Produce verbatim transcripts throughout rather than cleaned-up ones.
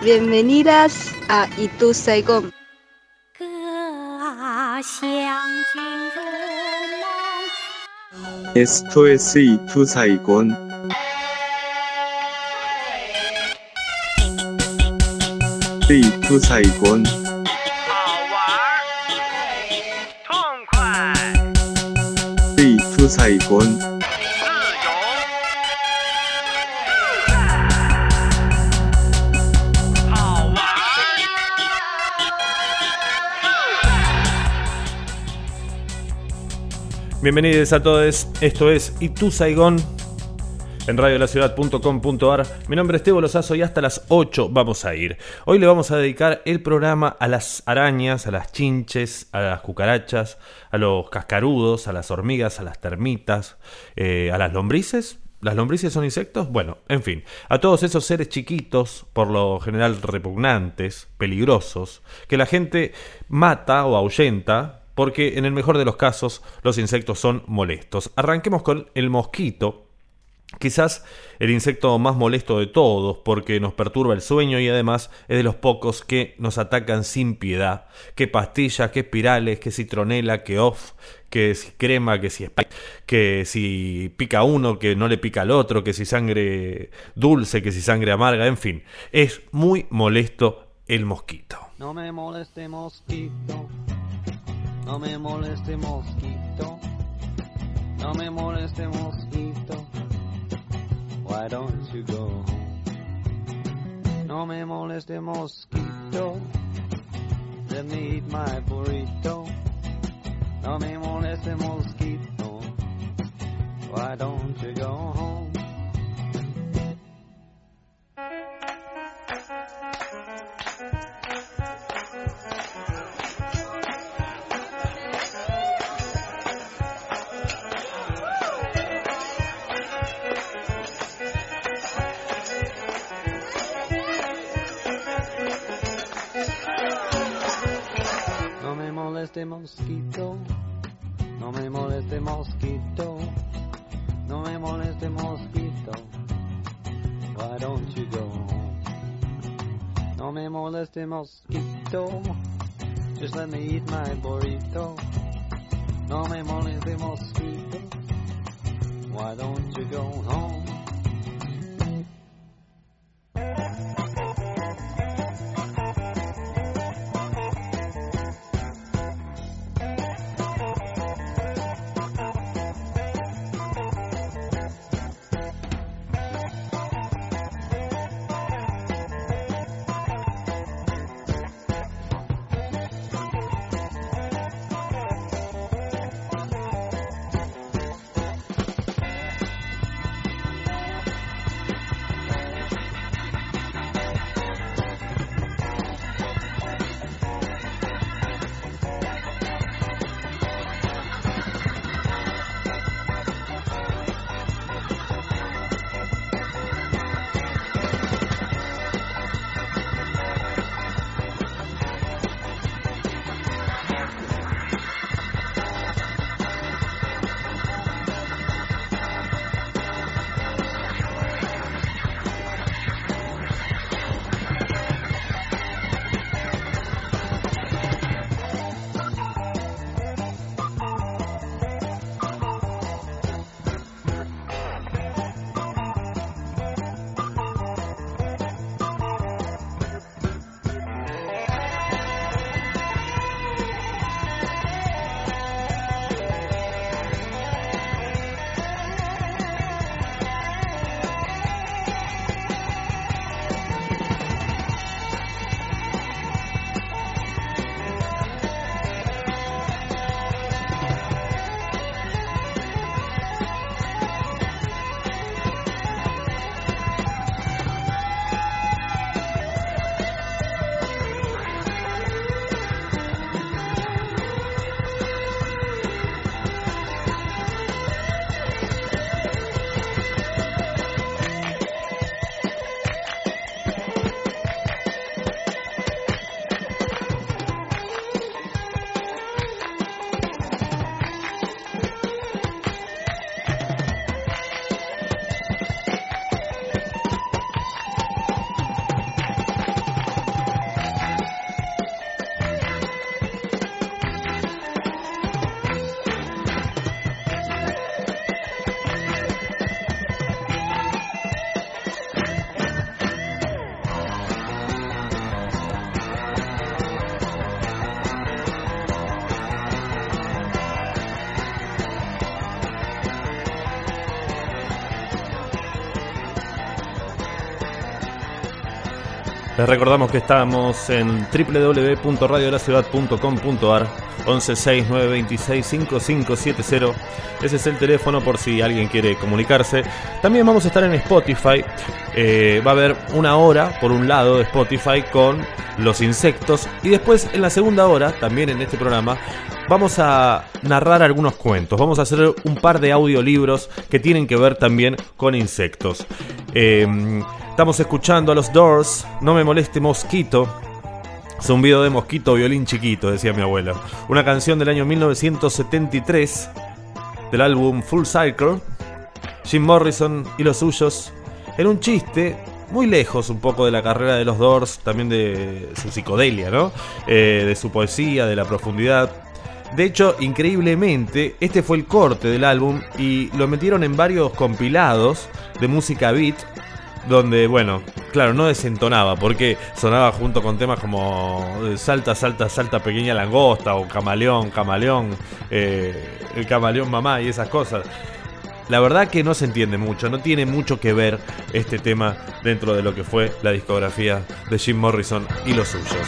Bienvenidas a Itu Saigon. Esto es Itu Saigon. Itu Saigon. 好玩，痛快， Itu Saigon. 自由。 好玩。 Bienvenidos a todos, esto es Itu Saigon en radio la ciudad punto com punto ar. Mi nombre es Tebo Lozazo y hasta las ocho vamos a ir. Hoy le vamos a dedicar el programa a las arañas, a las chinches, a las cucarachas, a los cascarudos, a las hormigas, a las termitas, eh, a las lombrices. ¿Las lombrices son insectos? Bueno, en fin, a todos esos seres chiquitos, por lo general repugnantes, peligrosos, que la gente mata o ahuyenta, porque en el mejor de los casos los insectos son molestos. Arranquemos con el mosquito, quizás el insecto más molesto de todos, porque nos perturba el sueño y además es de los pocos que nos atacan sin piedad. Que pastillas, que espirales, que citronela, que off, que si crema, que si spike, que si pica uno, que no le pica al otro, que si sangre dulce, que si sangre amarga, en fin, es muy molesto el mosquito. No me moleste mosquito, no me moleste mosquito, no me moleste mosquito, why don't you go home? No me moleste mosquito, let me eat my burrito. No me moleste mosquito, why don't you go home? No me moleste mosquito, no me moleste mosquito, no me moleste mosquito, why don't you go home? No me moleste mosquito, just let me eat my burrito. No me moleste mosquito, why don't you go home? Les recordamos que estamos en doble u doble u doble u punto radio de la ciudad punto com punto a r, once seis nueve veintiséis cincuenta y cinco setenta. Ese es el teléfono por si alguien quiere comunicarse. También vamos a estar en Spotify. Eh, va a haber una hora, por un lado, de Spotify con los insectos. Y después, en la segunda hora, también en este programa, vamos a narrar algunos cuentos. Vamos a hacer un par de audiolibros que tienen que ver también con insectos. Eh, estamos escuchando a los Doors, No me moleste mosquito. Zumbido de mosquito, violín chiquito, decía mi abuela. Una canción del año mil novecientos setenta y tres, del álbum Full Circle. Jim Morrison y los suyos, en un chiste muy lejos un poco de la carrera de los Doors, también de su psicodelia, ¿no? Eh, de su poesía, de la profundidad. De hecho, increíblemente, este fue el corte del álbum y lo metieron en varios compilados de música beat, donde, bueno, claro, no desentonaba, porque sonaba junto con temas como Salta, salta, salta pequeña langosta, o Camaleón, camaleón, eh, el camaleón mamá y esas cosas. La verdad que no se entiende mucho, no tiene mucho que ver este tema dentro de lo que fue la discografía de Jim Morrison y los suyos.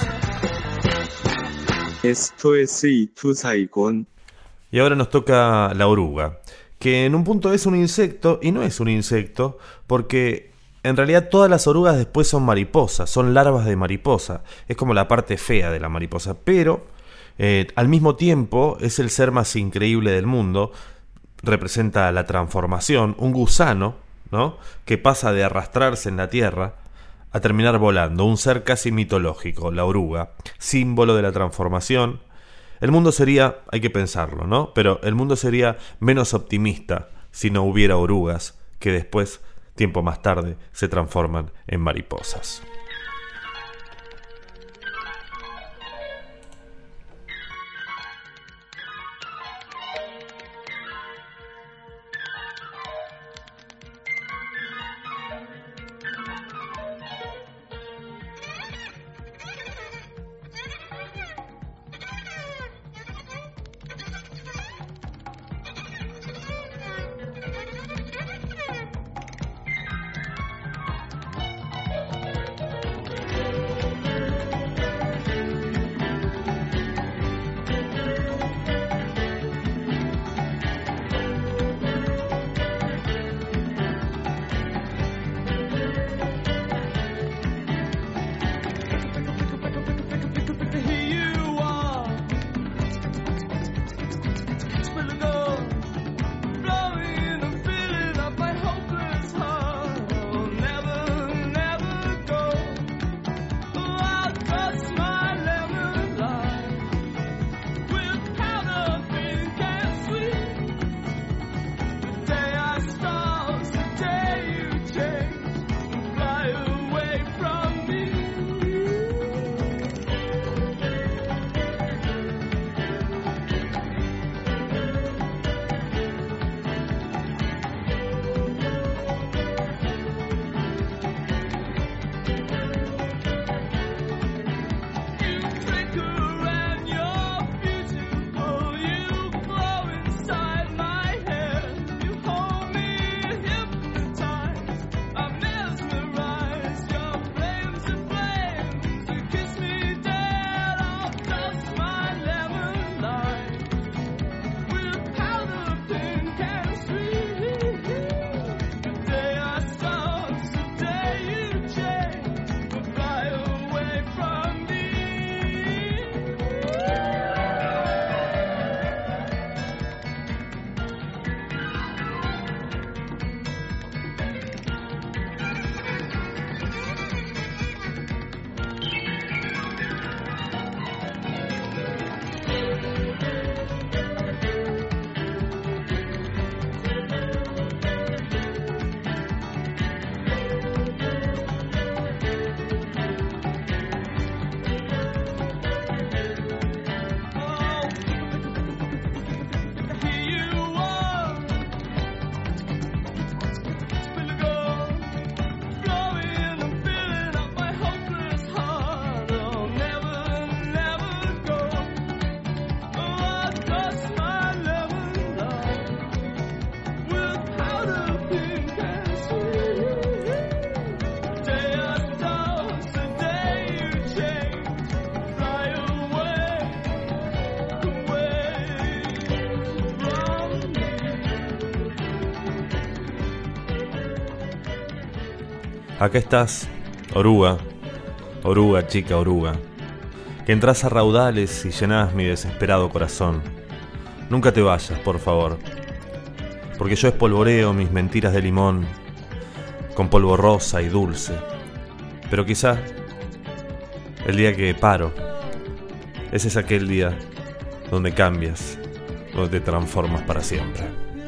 Esto es Itu Saigon. Y ahora nos toca la oruga, que en un punto es un insecto y no es un insecto, porque en realidad todas las orugas después son mariposas, son larvas de mariposa. Es como la parte fea de la mariposa, pero eh, al mismo tiempo es el ser más increíble del mundo. Representa la transformación, un gusano, ¿no?, que pasa de arrastrarse en la tierra a terminar volando, un ser casi mitológico, la oruga, símbolo de la transformación. El mundo sería, hay que pensarlo, ¿no?, pero el mundo sería menos optimista si no hubiera orugas que después, tiempo más tarde, se transforman en mariposas. Acá estás, oruga, oruga, chica oruga, que entras a raudales y llenás mi desesperado corazón. Nunca te vayas, por favor, porque yo espolvoreo mis mentiras de limón con polvo rosa y dulce. Pero quizá el día que paro, ese es aquel día donde cambias, donde te transformas para siempre.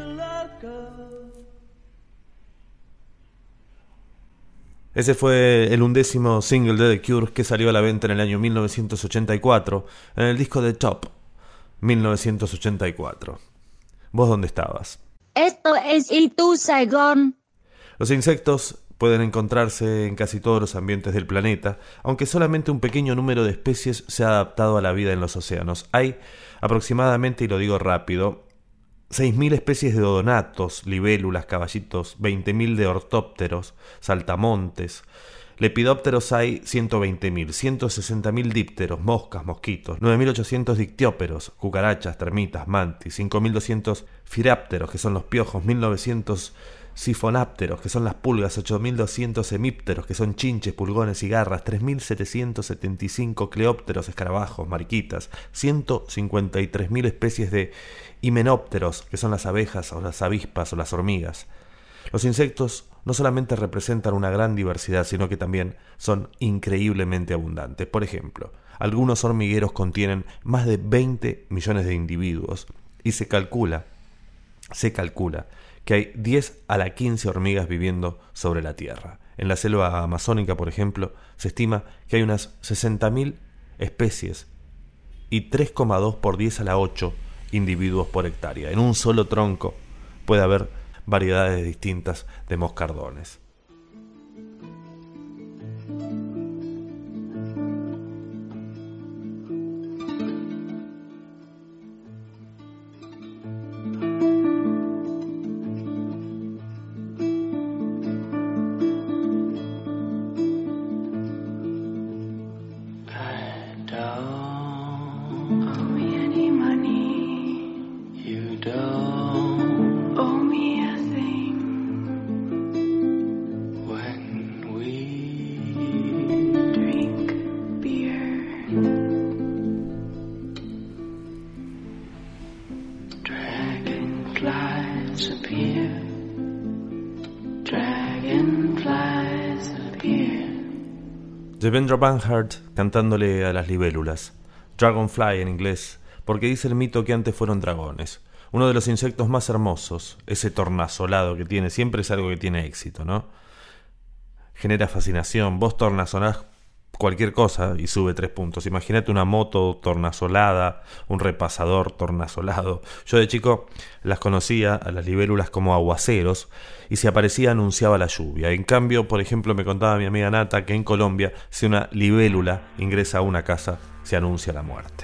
Ese fue el undécimo single de The Cure que salió a la venta en el año mil novecientos ochenta y cuatro, en el disco de Top, mil novecientos ochenta y cuatro. ¿Vos dónde estabas? Esto es Itu Saigon. Los insectos pueden encontrarse en casi todos los ambientes del planeta, aunque solamente un pequeño número de especies se ha adaptado a la vida en los océanos. Hay aproximadamente, y lo digo rápido, seis mil especies de odonatos, libélulas, caballitos, veinte mil de ortópteros, saltamontes. Lepidópteros hay ciento veinte mil, ciento sesenta mil dípteros, moscas, mosquitos, nueve mil ochocientos dictióperos, cucarachas, termitas, mantis, cinco mil doscientos firápteros, que son los piojos, mil novecientos sifonápteros, que son las pulgas, ocho mil doscientos hemípteros, que son chinches, pulgones y garras, tres mil setecientos setenta y cinco cleópteros, escarabajos, mariquitas, ciento cincuenta y tres mil especies de himenópteros, que son las abejas o las avispas o las hormigas. Los insectos no solamente representan una gran diversidad, sino que también son increíblemente abundantes. Por ejemplo, algunos hormigueros contienen más de veinte millones de individuos y se calcula, se calcula que hay diez a la quince hormigas viviendo sobre la Tierra. En la selva amazónica, por ejemplo, se estima que hay unas sesenta mil especies y tres coma dos por diez a la ocho individuos por hectárea. En un solo tronco puede haber variedades distintas de moscardones. Devendra Banhart cantándole a las libélulas, Dragonfly en inglés, porque dice el mito que antes fueron dragones. Uno de los insectos más hermosos, ese tornasolado que tiene, siempre es algo que tiene éxito, ¿no? Genera fascinación. Vos tornasolás cualquier cosa y sube tres puntos. Imagínate una moto tornasolada, un repasador tornasolado. Yo de chico las conocía a las libélulas como aguaceros y si aparecía anunciaba la lluvia. En cambio, por ejemplo, me contaba mi amiga Nata que en Colombia, si una libélula ingresa a una casa, se anuncia la muerte.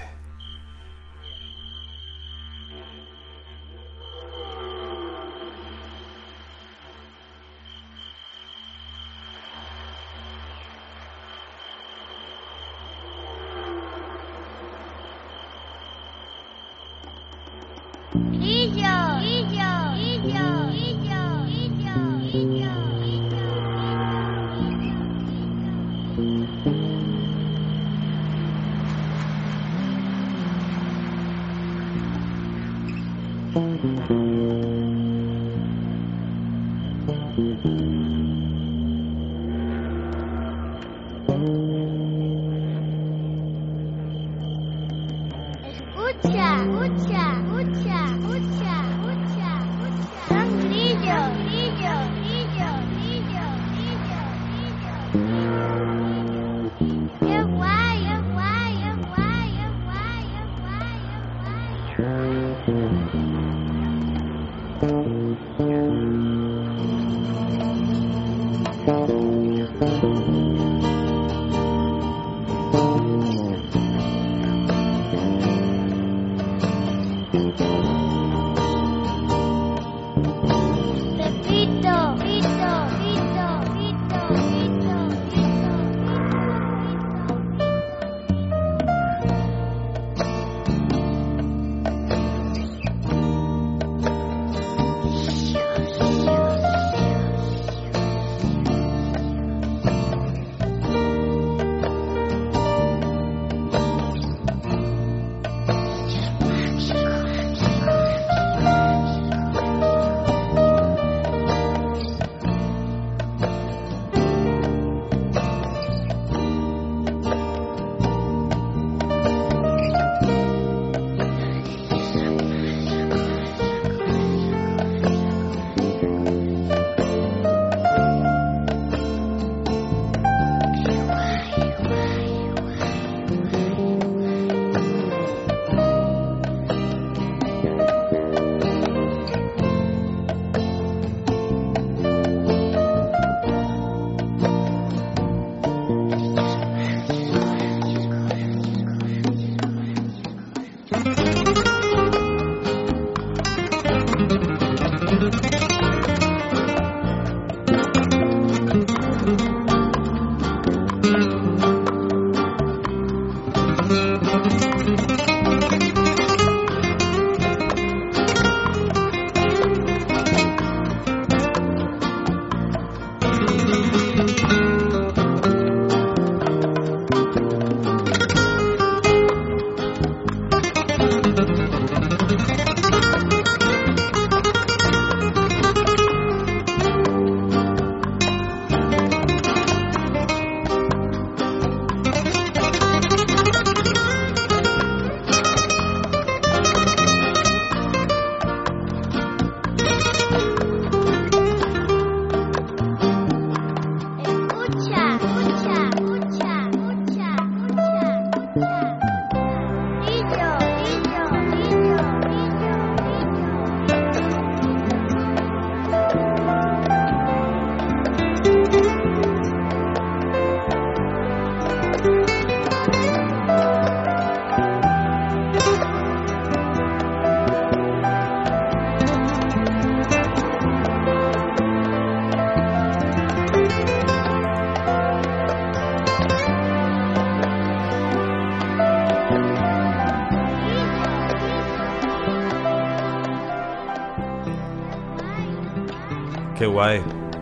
Qué guay.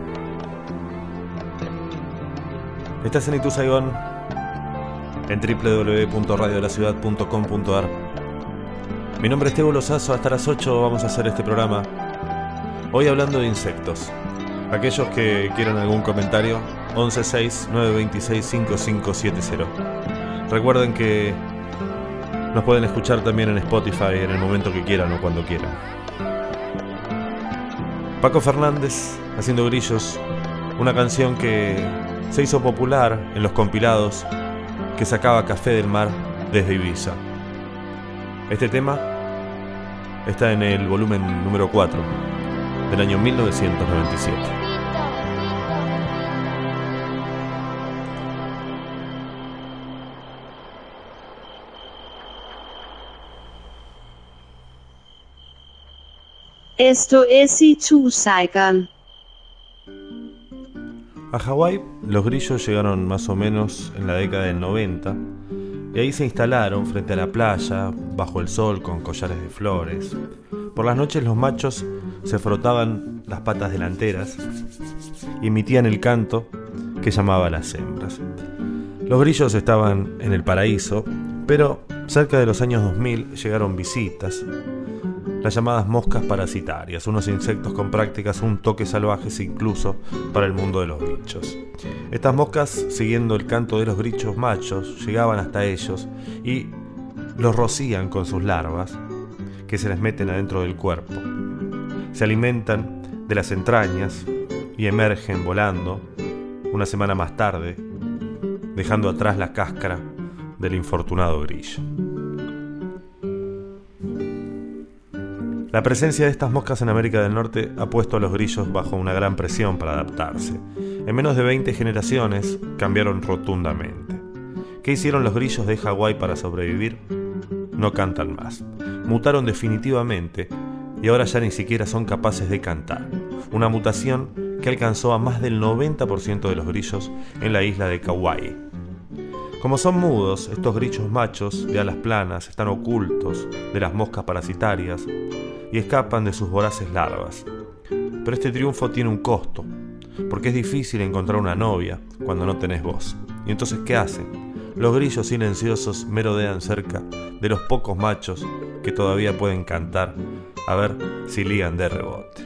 Estás en Itu Saigón, en doble u doble u doble u punto radio de la ciudad punto com punto a r. Mi nombre es Tebo Lozazo. Hasta las ocho vamos a hacer este programa. Hoy hablando de insectos. Aquellos que quieran algún comentario, once seis nueve veintiséis cincuenta y cinco setenta. Recuerden que nos pueden escuchar también en Spotify en el momento que quieran o cuando quieran. Paco Fernández, Haciendo Grillos, una canción que se hizo popular en los compilados que sacaba Café del Mar desde Ibiza. Este tema está en el volumen número cuatro del año mil novecientos noventa y siete. Esto es Itu Saigon. A Hawái los grillos llegaron más o menos en la década del noventa y ahí se instalaron frente a la playa, bajo el sol con collares de flores. Por las noches los machos se frotaban las patas delanteras y emitían el canto que llamaba a las hembras. Los grillos estaban en el paraíso, pero cerca de los años dos mil llegaron visitas, las llamadas moscas parasitarias, unos insectos con prácticas un toque salvajes incluso para el mundo de los bichos. Estas moscas, siguiendo el canto de los grillos machos, llegaban hasta ellos y los rocían con sus larvas, que se les meten adentro del cuerpo. Se alimentan de las entrañas y emergen volando una semana más tarde, dejando atrás la cáscara del infortunado grillo. La presencia de estas moscas en América del Norte ha puesto a los grillos bajo una gran presión para adaptarse. En menos de veinte generaciones cambiaron rotundamente. ¿Qué hicieron los grillos de Hawái para sobrevivir? No cantan más. Mutaron definitivamente y ahora ya ni siquiera son capaces de cantar. Una mutación que alcanzó a más del noventa por ciento de los grillos en la isla de Kauai. Como son mudos, estos grillos machos de alas planas están ocultos de las moscas parasitarias y escapan de sus voraces larvas. Pero este triunfo tiene un costo, porque es difícil encontrar una novia cuando no tenés voz. ¿Y entonces qué hacen? Los grillos silenciosos merodean cerca de los pocos machos que todavía pueden cantar, a ver si ligan de rebote.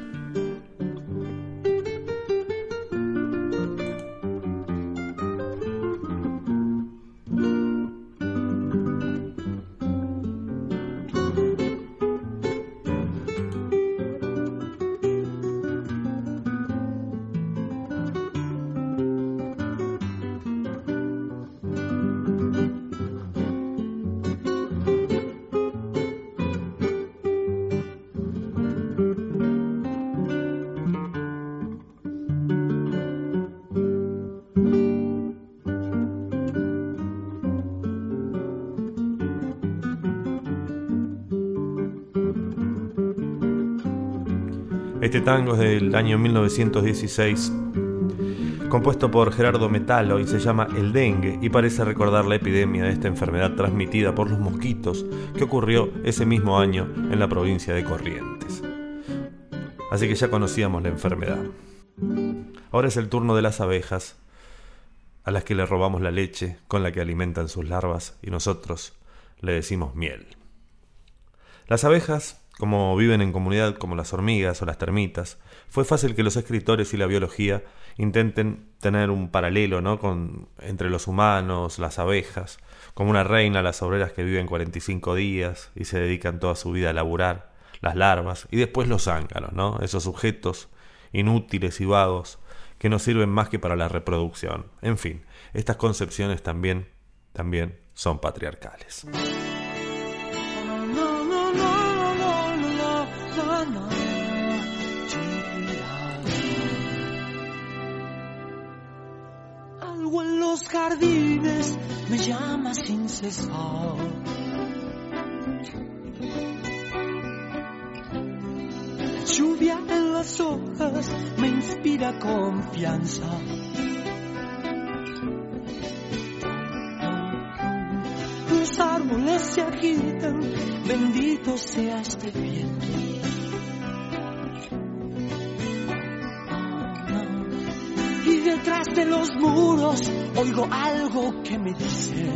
Este tango es del año mil novecientos dieciséis, compuesto por Gerardo Metalo, y se llama El Dengue, y parece recordar la epidemia de esta enfermedad transmitida por los mosquitos que ocurrió ese mismo año en la provincia de Corrientes. Así que ya conocíamos la enfermedad. Ahora es el turno de las abejas, a las que le robamos la leche con la que alimentan sus larvas y nosotros le decimos miel. Las abejas, como viven en comunidad como las hormigas o las termitas, fue fácil que los escritores y la biología intenten tener un paralelo, ¿no?, con, entre los humanos, las abejas, como una reina, las obreras que viven cuarenta y cinco días y se dedican toda su vida a laburar, las larvas, y después los zánganos, ¿no?, esos sujetos inútiles y vagos que no sirven más que para la reproducción. En fin, estas concepciones también, también son patriarcales. Algo en los jardines me llama sin cesar. La lluvia en las hojas me inspira confianza. Los árboles se agitan, bendito sea este viento. Desde los muros oigo algo que me dice: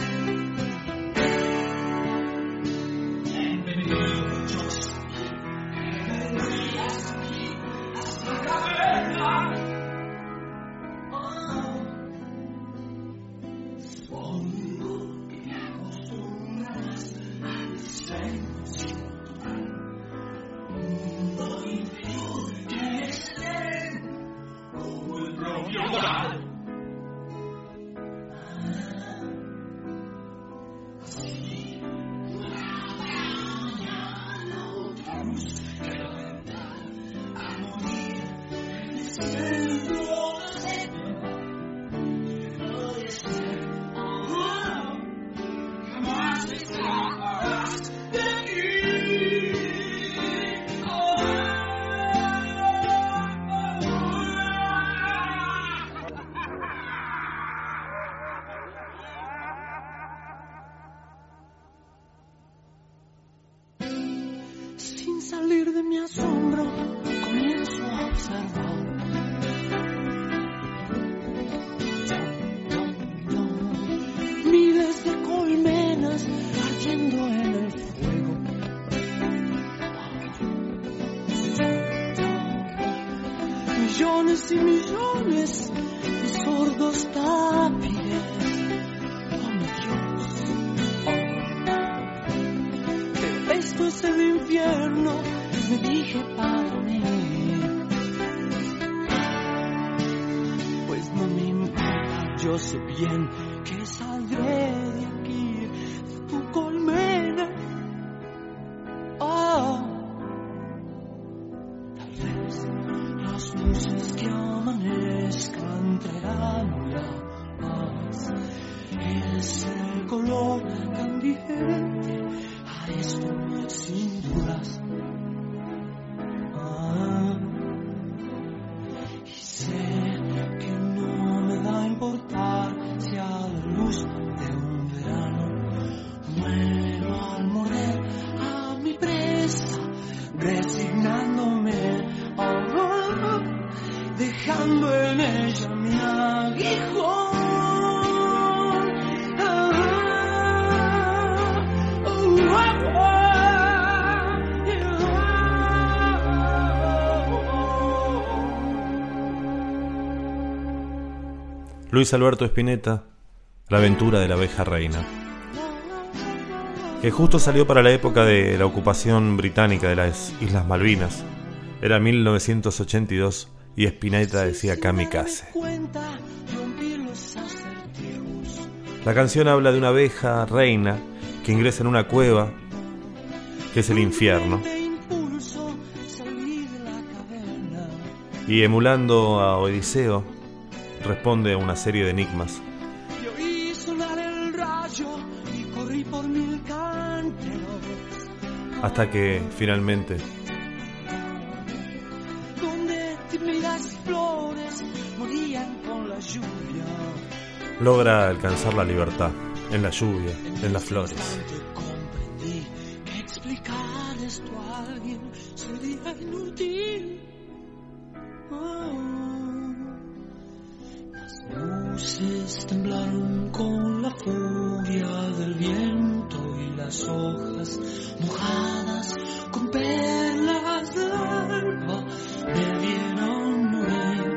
salir de mi asombro, comienzo a observar. Miles de colmenas ardiendo en el fuego. Millones y millones de sordos tapires. Oh, mi Dios. Oh. Pero esto es el infierno, me dije para mí. Pues no me importa, yo sé bien que saldré de aquí, de tu colmena. Oh. Tal vez las luces que amanezcan traerán la paz. Ese color tan diferente a esto sin dudas. Ah. Y sé que no me da a importar si a la luz de un verano muero al morder a mi presa, resignándome, oh, oh, dejando en ella mi aguijón. Luis Alberto Spinetta, La aventura de la abeja reina, que justo salió para la época de la ocupación británica de las Islas Malvinas. Era mil novecientos ochenta y dos y Spinetta decía kamikaze. La canción habla de una abeja reina que ingresa en una cueva que es el infierno, y emulando a Odiseo responde a una serie de enigmas. Yo oí sonar el rayo y corrí por mil canteros, hasta que finalmente donde tímidas flores morían con la lluvia. logra alcanzar la libertad en la lluvia, en las flores. Comprendí que explicar esto a alguien sería inútil. Oh. Luces temblaron con la furia del viento y las hojas mojadas con perlas de alba me vieron huir.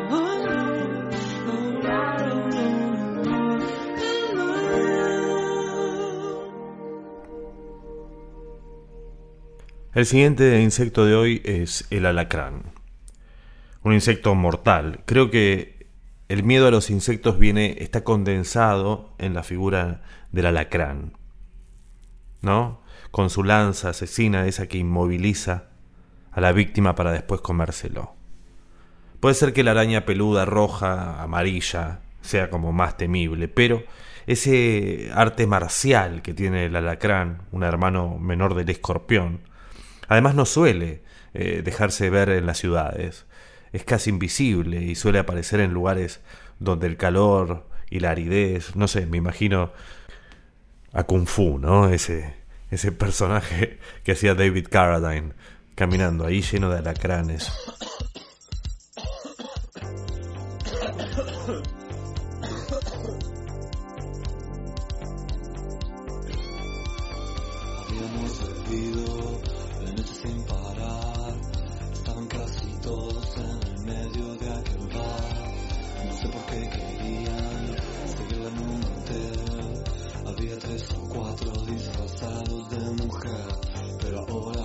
El siguiente insecto de hoy es el alacrán, un insecto mortal. Creo que el miedo a los insectos viene, está condensado en la figura del alacrán, ¿no? Con su lanza asesina, esa que inmoviliza a la víctima para después comérselo. Puede ser que la araña peluda, roja, amarilla, sea como más temible, pero ese arte marcial que tiene el alacrán, un hermano menor del escorpión, además no suele eh, dejarse ver en las ciudades. Es casi invisible y suele aparecer en lugares donde el calor y la aridez, no sé, me imagino a Kung Fu, ¿no? Ese, ese personaje que hacía David Carradine, caminando ahí lleno de alacranes. Habíamos bebido de noche sin parar. Estaban casi todos en el medio de aquel bar. No sé por qué querían seguirla en un hotel. Había tres o cuatro disfrazados de mujer. Pero ahora,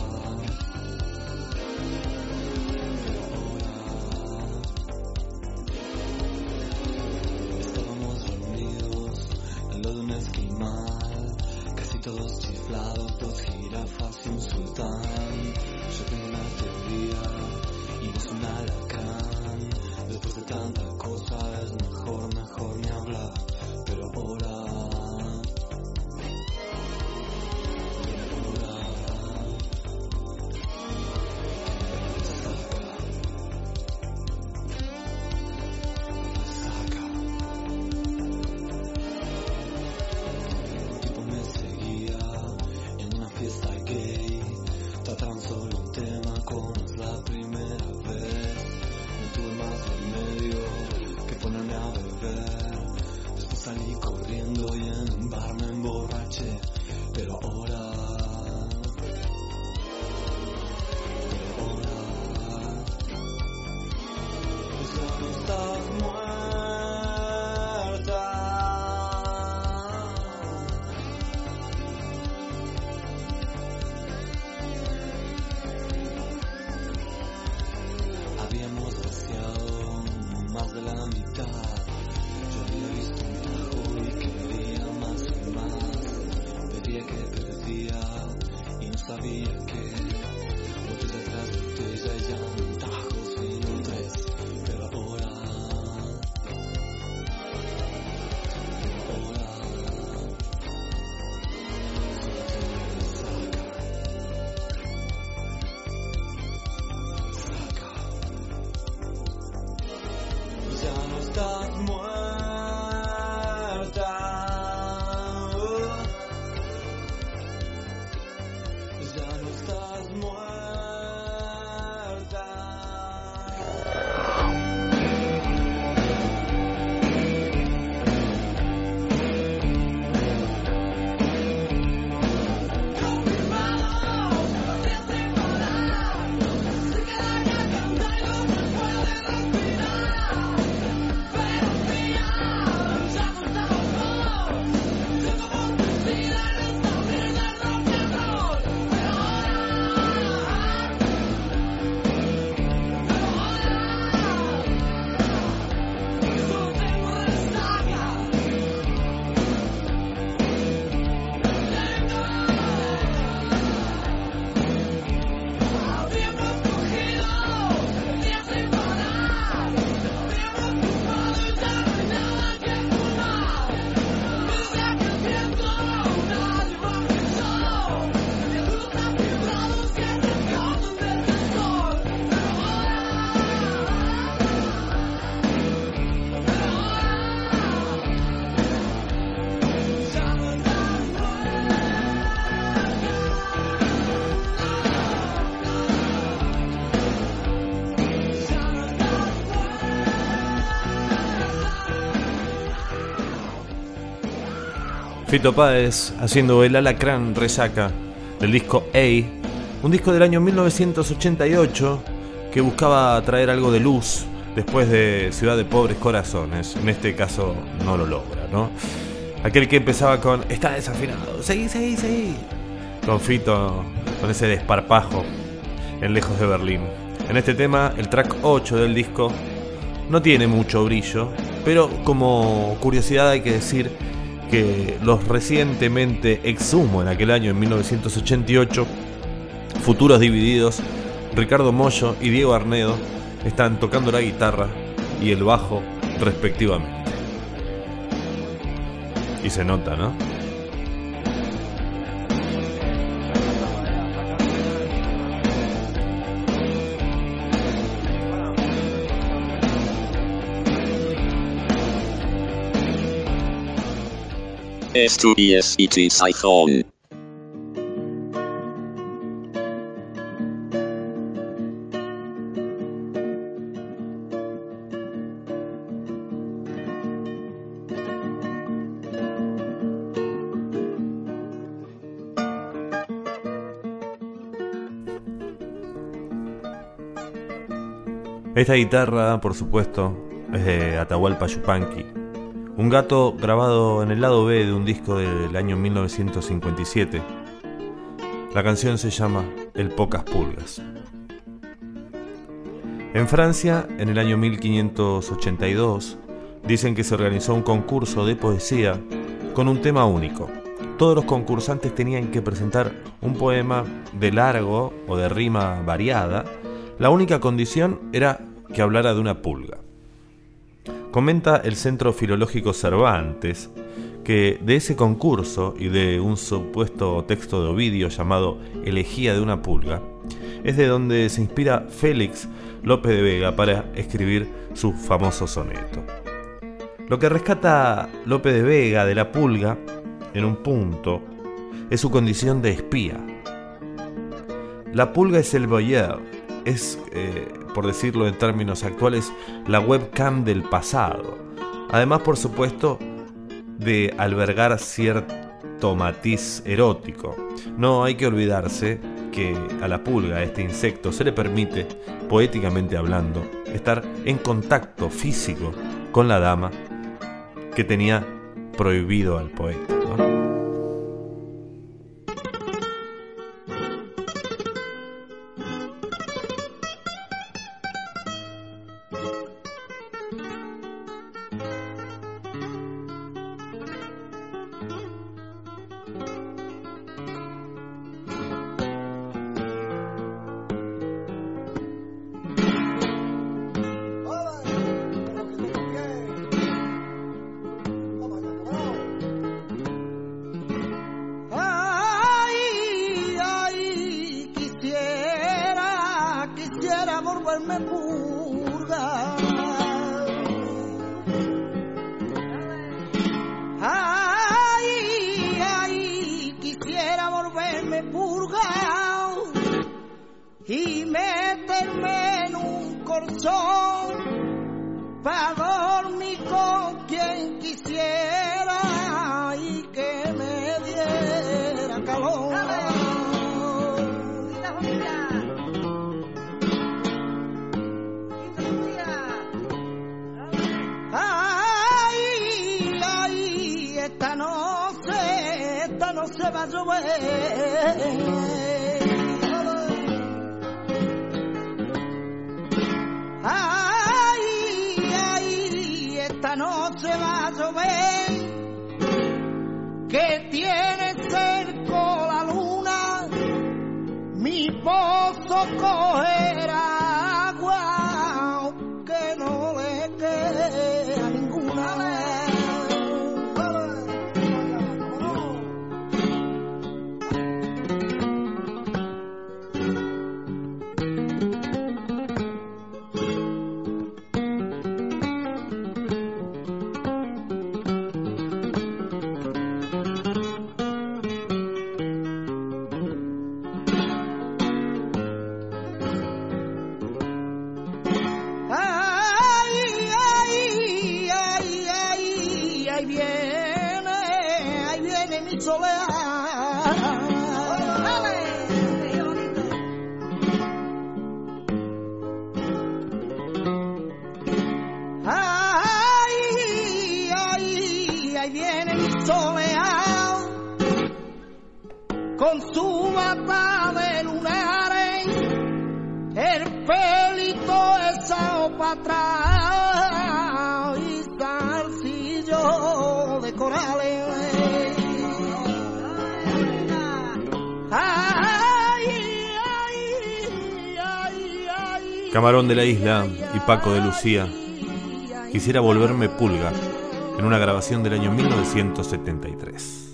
pero ahora estábamos reunidos en lo de un esquimal. Casi todos chiflados, dos jirafas y un sultán. Yo tengo una teoría y no es un alacrán. Después de tanta cosa es mejor, mejor ni hablar. Pero ahora, pero ahora saca, saca. Un tipo me seguía en una fiesta gay. Trataron solo un tema como es la primera vez. No tuve más remedio que ponerme a beber. Después salí corriendo y en un bar me emborraché. Pero ahora, pero ahora ya no estás muerta. Habíamos vaciado más de la mitad. Yo había visto un tajo y quería más y más. Pedía que perdía y no sabía qué. Botella tras botella ya no un tajo sino tres. Pero ahora, pero ahora saca, saca. Ya no estás muerta. Ya no estás muerta. Fito Páez haciendo El Alacrán Resaca del disco A, un disco del año mil novecientos ochenta y ocho que buscaba traer algo de luz después de Ciudad de Pobres Corazones. En este caso no lo logra, ¿no? Aquel que empezaba con está desafinado, seguí, seguí, seguí, con Fito con ese desparpajo en Lejos de Berlín. En este tema, el track ocho del disco no tiene mucho brillo, pero como curiosidad hay que decir que los recientemente exhumo en aquel año, en mil novecientos ochenta y ocho, Futuros Divididos, Ricardo Mollo y Diego Arnedo están tocando la guitarra y el bajo respectivamente. Y se nota, ¿no? Esto es E T Saigon. Esta guitarra, por supuesto, es de Atahualpa Yupanqui, un gato grabado en el lado B de un disco del año mil novecientos cincuenta y siete. La canción se llama El Pocas Pulgas. En Francia, en el año mil quinientos ochenta y dos, dicen que se organizó un concurso de poesía con un tema único. Todos los concursantes tenían que presentar un poema de largo o de rima variada. La única condición era que hablara de una pulga. Comenta el Centro Filológico Cervantes que de ese concurso y de un supuesto texto de Ovidio llamado Elegía de una pulga, es de donde se inspira Félix López de Vega para escribir su famoso soneto. Lo que rescata López de Vega de la pulga, en un punto, es su condición de espía. La pulga es el voyeur, es, eh, por decirlo en términos actuales, la webcam del pasado. Además, por supuesto, de albergar cierto matiz erótico. No hay que olvidarse que a la pulga, a este insecto, se le permite, poéticamente hablando, estar en contacto físico con la dama que tenía prohibido al poeta, ¿no? Camarón de la Isla y Paco de Lucía, Quisiera volverme pulga, en una grabación del año mil novecientos setenta y tres.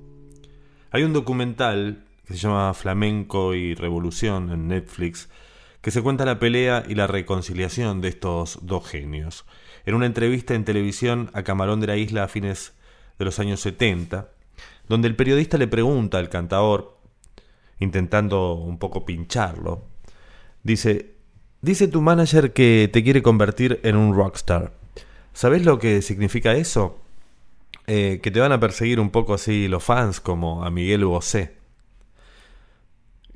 Hay un documental que se llama Flamenco y Revolución en Netflix, que se cuenta la pelea y la reconciliación de estos dos genios. En una entrevista en televisión a Camarón de la Isla a fines de los años setenta, donde el periodista le pregunta al cantador, intentando un poco pincharlo, dice: dice tu manager que te quiere convertir en un rockstar. ¿Sabés lo que significa eso? Eh, que te van a perseguir un poco así los fans, como a Miguel Bosé.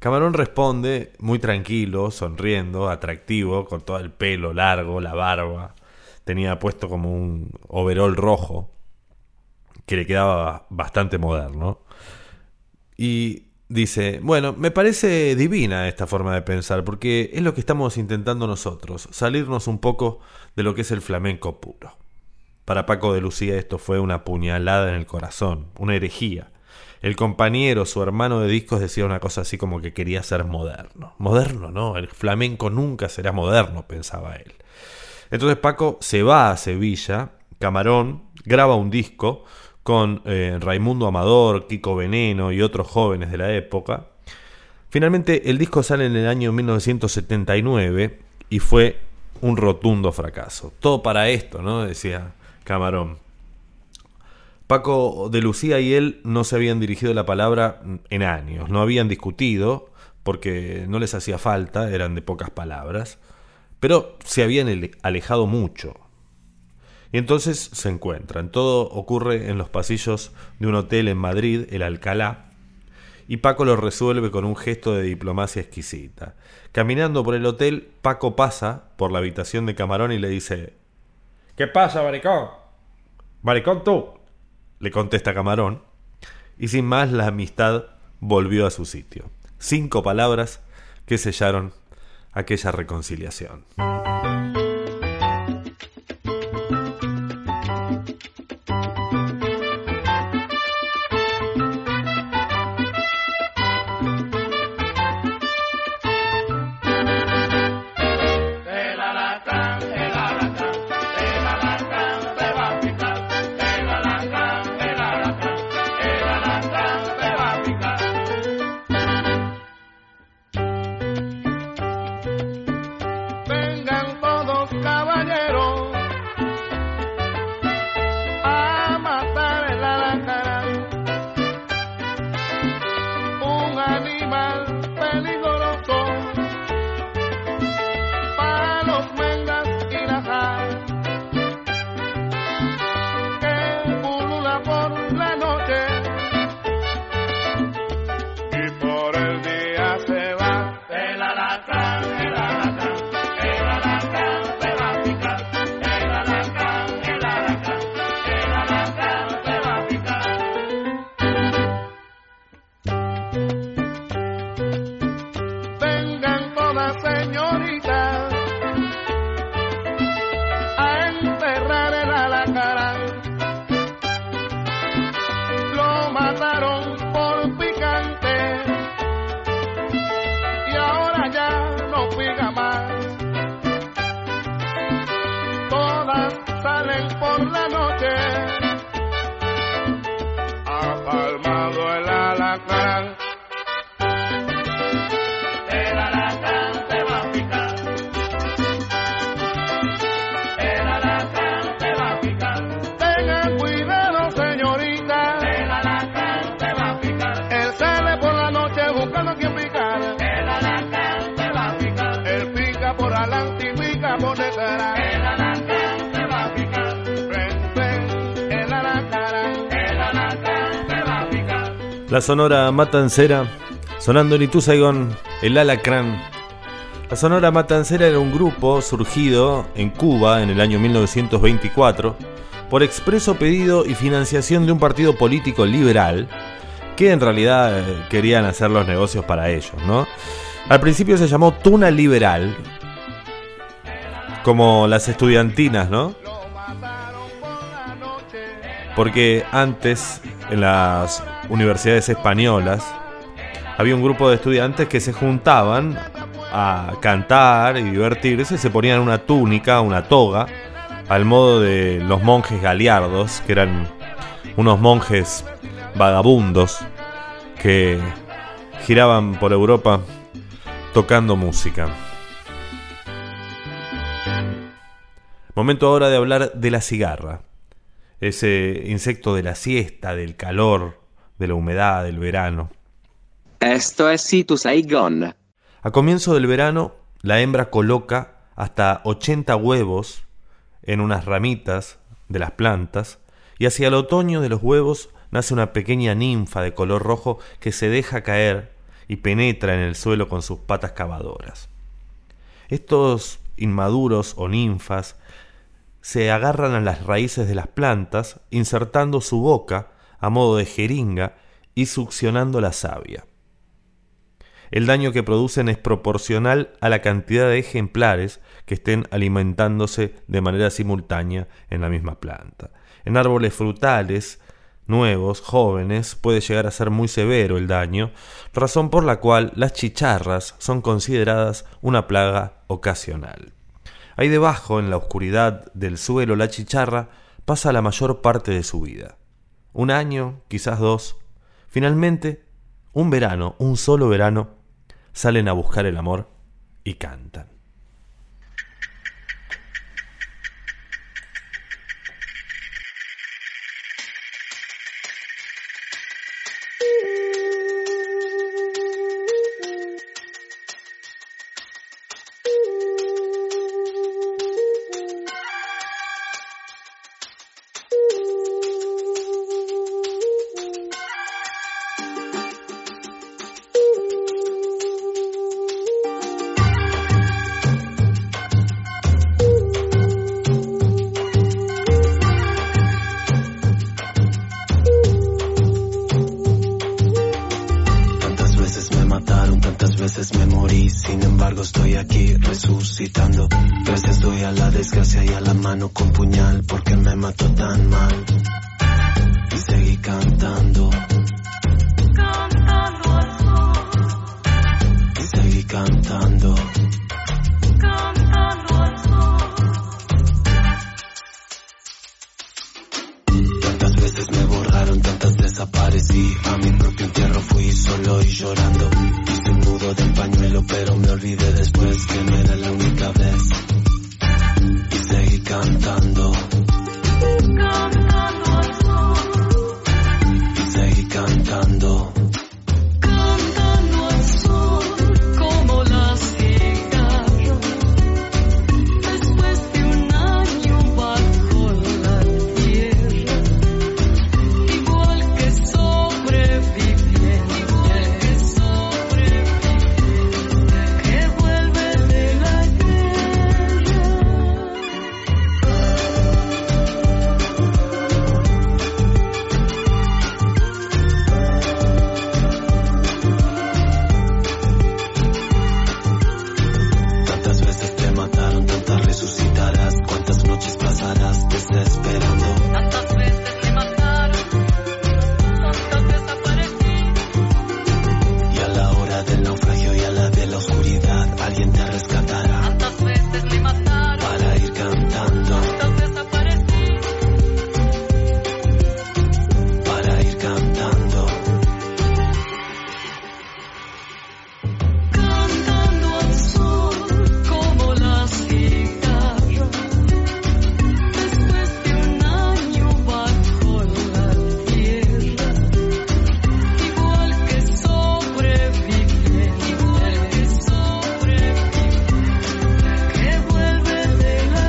Camarón responde muy tranquilo, sonriendo, atractivo, con todo el pelo largo, la barba. Tenía puesto como un overol rojo que le quedaba bastante moderno. Y dice, bueno, me parece divina esta forma de pensar, porque es lo que estamos intentando nosotros, salirnos un poco de lo que es el flamenco puro. Para Paco de Lucía esto fue una puñalada en el corazón, una herejía. El compañero, su hermano de discos, decía una cosa así como que quería ser moderno. Moderno, ¿no? El flamenco nunca será moderno, pensaba él. Entonces Paco se va a Sevilla, Camarón graba un disco con eh, Raimundo Amador, Kiko Veneno y otros jóvenes de la época. Finalmente el disco sale en el año mil novecientos setenta y nueve y fue un rotundo fracaso. Todo para esto, ¿no? Decía Camarón. Paco de Lucía y él no se habían dirigido la palabra en años, no habían discutido porque no les hacía falta, eran de pocas palabras, pero se habían alejado mucho. Y entonces se encuentran. Todo ocurre en los pasillos de un hotel en Madrid, el Alcalá, y Paco lo resuelve con un gesto de diplomacia exquisita. Caminando por el hotel, Paco pasa por la habitación de Camarón y le dice: ¿qué pasa, maricón? ¿Maricón tú?, le contesta Camarón, y sin más la amistad volvió a su sitio. Cinco palabras que sellaron aquella reconciliación. La Sonora Matancera, sonando en Ituzaingón, el Alacrán. La Sonora Matancera era un grupo surgido en Cuba en el año mil novecientos veinticuatro por expreso pedido y financiación de un partido político liberal que en realidad eh, querían hacer los negocios para ellos, ¿no? Al principio se llamó Tuna Liberal, como las estudiantinas, ¿no? Porque antes, en las universidades españolas, había un grupo de estudiantes que se juntaban a cantar y divertirse, se ponían una túnica, una toga, al modo de los monjes galiardos, que eran unos monjes vagabundos que giraban por Europa tocando música. Momento ahora de hablar de la cigarra, ese insecto de la siesta, del calor, de la humedad, del verano. Esto es Ituzaingón. A comienzo del verano, la hembra coloca hasta ochenta huevos en unas ramitas de las plantas, y hacia el otoño de los huevos nace una pequeña ninfa de color rojo que se deja caer y penetra en el suelo con sus patas cavadoras. Estos inmaduros o ninfas se agarran a las raíces de las plantas, insertando su boca a modo de jeringa y succionando la savia. El daño que producen es proporcional a la cantidad de ejemplares que estén alimentándose de manera simultánea en la misma planta. En árboles frutales nuevos, jóvenes, puede llegar a ser muy severo el daño, razón por la cual las chicharras son consideradas una plaga ocasional. Ahí debajo, en la oscuridad del suelo, la chicharra pasa la mayor parte de su vida. Un año, quizás dos. Finalmente, un verano, un solo verano, salen a buscar el amor y cantan. Gracias doy a la desgracia y a la mano con puñal porque me mató tan mal. Y seguí cantando, cantando al sol. Y seguí cantando, cantando al sol. Tantas veces me borraron, tantas desaparecí. A mi propio entierro fui solo y llorando. Hice un nudo del pañuelo pero me olvidé después que no era la única vez. Y seguí cantando, cantando al sol. Y seguí cantando, cantando al sol como la cigarra. Después de un año bajo la tierra, igual que sobreviviente, igual que sobreviviente que vuelve de la guerra. Tantas veces te mataron, tantas resucitarás. Cuántas noches pasarás desesperando. Tantas veces te mataron, tantas desaparecí. Y a la hora del naufragio y a la de la oscuridad, alguien te rescatará. Tantas veces me mataron para ir cantando. Tantas desaparecí para ir cantando. Cantando al sol como la cigarra. Después de un año bajo la tierra, igual que sobreviviente, igual que sobreviviente que vuelve de la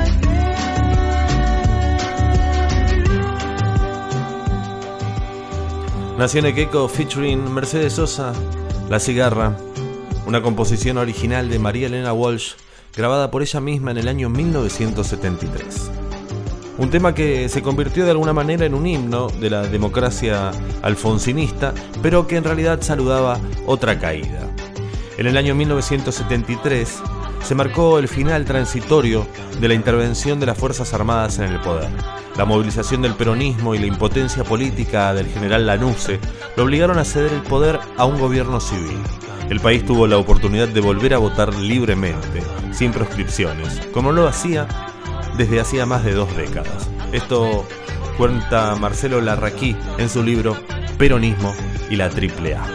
guerra. Nación Ekeko featuring Mercedes Sosa, La Cigarra, una composición original de María Elena Walsh, grabada por ella misma en el año mil novecientos setenta y tres. Un tema que se convirtió de alguna manera en un himno de la democracia alfonsinista, pero que en realidad saludaba otra caída. En el año mil novecientos setenta y tres se marcó el final transitorio de la intervención de las Fuerzas Armadas en el poder. La movilización del peronismo y la impotencia política del general Lanusse lo obligaron a ceder el poder a un gobierno civil. El país tuvo la oportunidad de volver a votar libremente, sin proscripciones, como lo hacía desde hacía más de dos décadas. Esto cuenta Marcelo Larraquí en su libro Peronismo y la Triple A.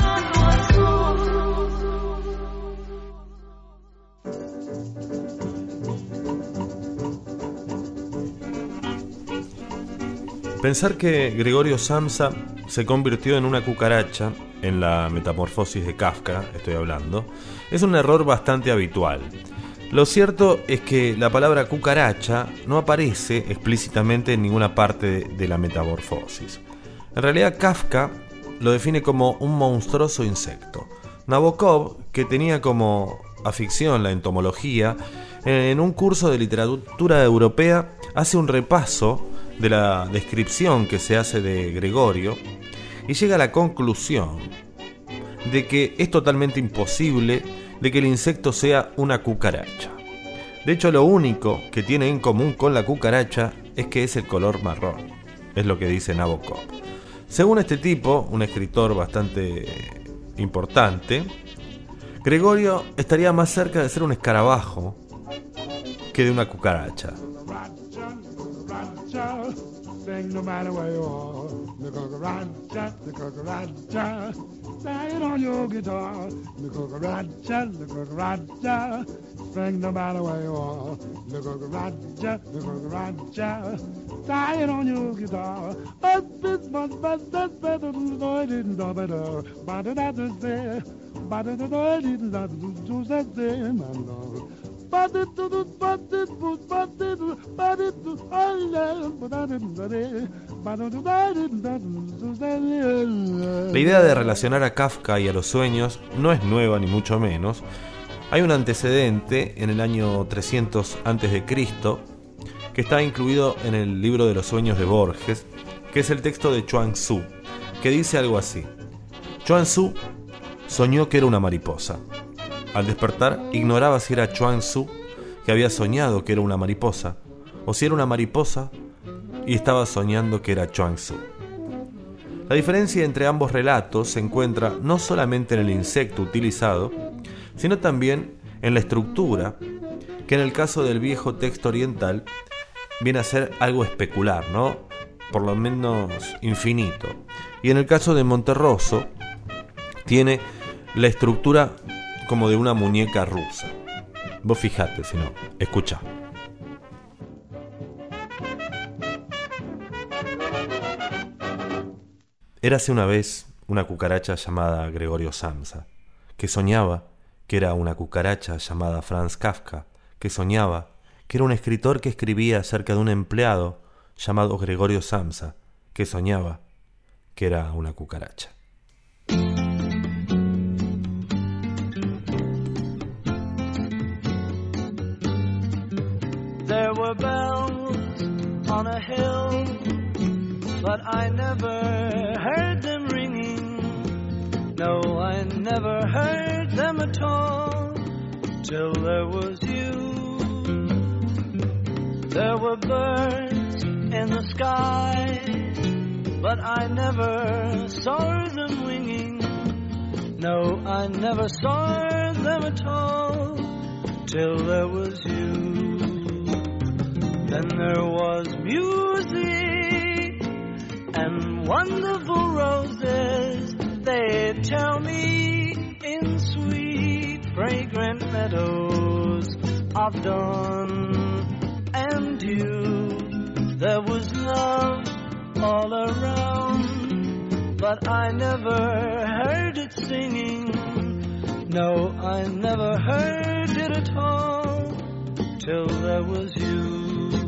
Pensar que Gregorio Samsa se convirtió en una cucaracha en la Metamorfosis de Kafka, estoy hablando, es un error bastante habitual. Lo cierto es que la palabra cucaracha no aparece explícitamente en ninguna parte de, de la Metamorfosis. En realidad Kafka lo define como un monstruoso insecto. Nabokov, que tenía como afición la entomología, en un curso de literatura europea hace un repaso de la descripción que se hace de Gregorio y llega a la conclusión de que es totalmente imposible de que el insecto sea una cucaracha. De hecho, lo único que tiene en común con la cucaracha es que es el color marrón, es lo que dice Nabokov. Según este tipo, un escritor bastante importante, Gregorio estaría más cerca de ser un escarabajo que de una cucaracha. Sing no matter where you are, the cucaracha, the cucaracha, sing on your guitar, the cucaracha, the cucaracha, sing no matter where you are, the cucaracha, the cucaracha, sing on your guitar. But this must be the better than I didn't know better, but that is there, but I didn't know to that there, man. But it do, but it would, but it, but it, I love, but I didn't, but I didn't. La idea de relacionar a Kafka y a los sueños no es nueva ni mucho menos. Hay un antecedente en el año trescientos antes de Cristo que está incluido en el libro de los sueños de Borges, que es el texto de Chuang Tzu, que dice algo así: Chuang Tzu soñó que era una mariposa. Al despertar, ignoraba si era Chuang Tzu que había soñado que era una mariposa, o si era una mariposa y estaba soñando que era Chuang Tzu. La diferencia entre ambos relatos se encuentra no solamente en el insecto utilizado, sino también en la estructura, que en el caso del viejo texto oriental viene a ser algo especular, ¿no? Por lo menos infinito. Y en el caso de Monterroso, tiene la estructura como de una muñeca rusa. Vos fijate, si no, escucha. Érase una vez una cucaracha llamada Gregorio Samsa, que soñaba que era una cucaracha llamada Franz Kafka, que soñaba que era un escritor que escribía acerca de un empleado llamado Gregorio Samsa, que soñaba que era una cucaracha. There were bells on a hill, but I never heard them ringing. No, I never heard them at all, till there was you. There were birds in the sky, but I never saw them winging. No, I never saw them at all, till there was you. Then there was music and wonderful roses, they tell me, in sweet fragrant meadows of dawn and dew. There was love all around, but I never heard it singing. No, I never heard it at all, till there was you.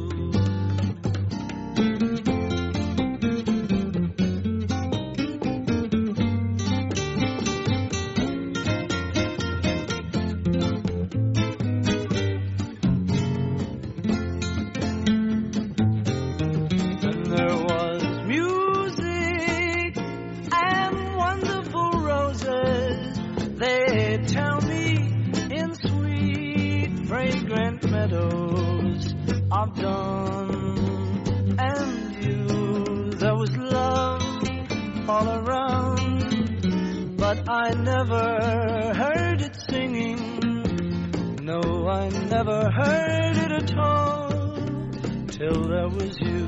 Meadows of dawn and you. There was love all around, but I never heard it singing. No, I never heard it at all, till there was you.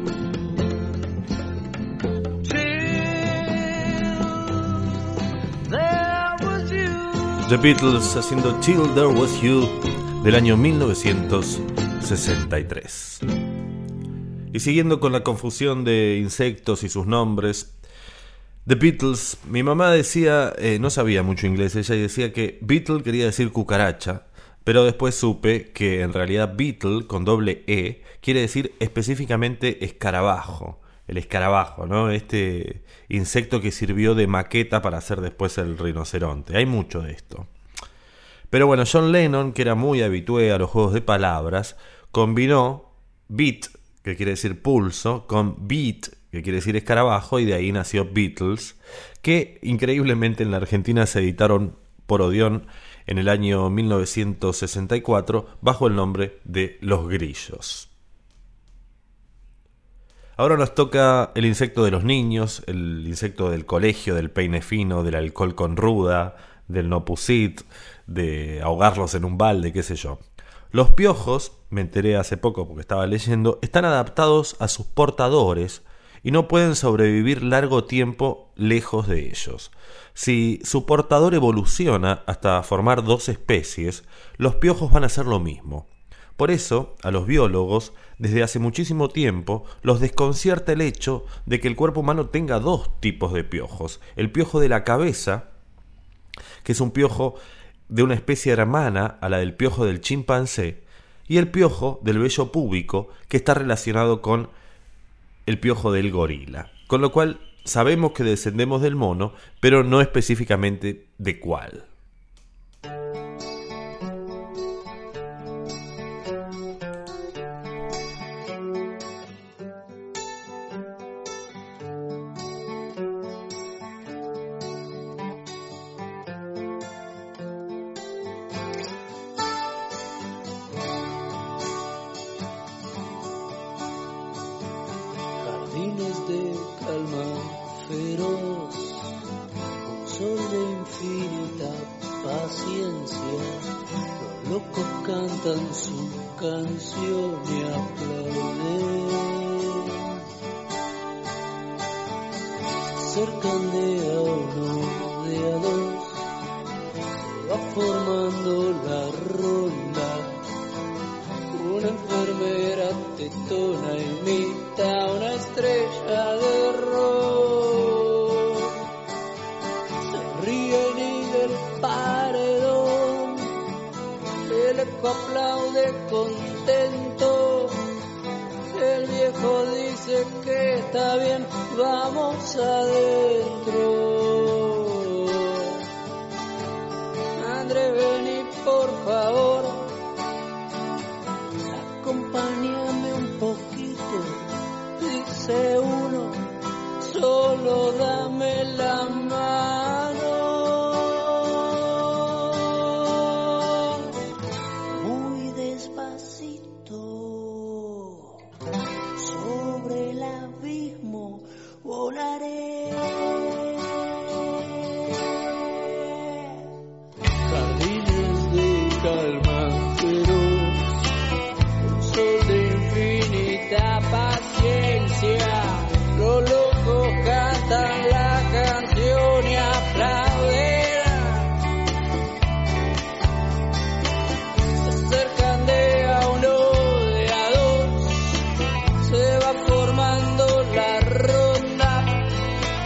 Till there was you. The Beatles haciendo Till There Was You, del año mil novecientos sesenta y tres. Y siguiendo con la confusión de insectos y sus nombres, The Beatles, mi mamá decía, eh, no sabía mucho inglés, ella decía que Beatle quería decir cucaracha, pero después supe que en realidad Beatle con doble E quiere decir específicamente escarabajo. el escarabajo, ¿no? Este insecto que sirvió de maqueta para hacer después el rinoceronte. Hay mucho de esto. Pero bueno, John Lennon, que era muy habitué a los juegos de palabras, combinó beat, que quiere decir pulso, con beat, que quiere decir escarabajo, y de ahí nació Beatles, que increíblemente en la Argentina se editaron por Odeón en el año mil novecientos sesenta y cuatro bajo el nombre de Los Grillos. Ahora nos toca el insecto de los niños, el insecto del colegio, del peine fino, del alcohol con ruda, del no pusit, de ahogarlos en un balde, qué sé yo. Los piojos, me enteré hace poco porque estaba leyendo, están adaptados a sus portadores y no pueden sobrevivir largo tiempo lejos de ellos. Si su portador evoluciona hasta formar dos especies, los piojos van a hacer lo mismo. Por eso, a los biólogos, desde hace muchísimo tiempo, los desconcierta el hecho de que el cuerpo humano tenga dos tipos de piojos. El piojo de la cabeza, que es un piojo de una especie hermana a la del piojo del chimpancé, y el piojo del vello púbico, que está relacionado con el piojo del gorila. Con lo cual sabemos que descendemos del mono, pero no específicamente de cuál. Jardines de calma feroz, un sol de infinita paciencia. Los locos cantan su canción y aplauden. Se acercan de a uno, de a dos, se va formando la ronda. Una enfermera tetona imita a una estrella de rock. Se ríen y del paredón el eco aplaude contento. El viejo dice que está bien, vamos adentro. André, vení por favor, acompáñame un poquito, dice uno, solo dame la mano. Muy despacito, sobre el abismo volaré. Jardines de calma feroz, sol de infinita paciencia, los locos cantan la canción y aplauden. Se acercan de a uno, de a dos, se va formando la ronda.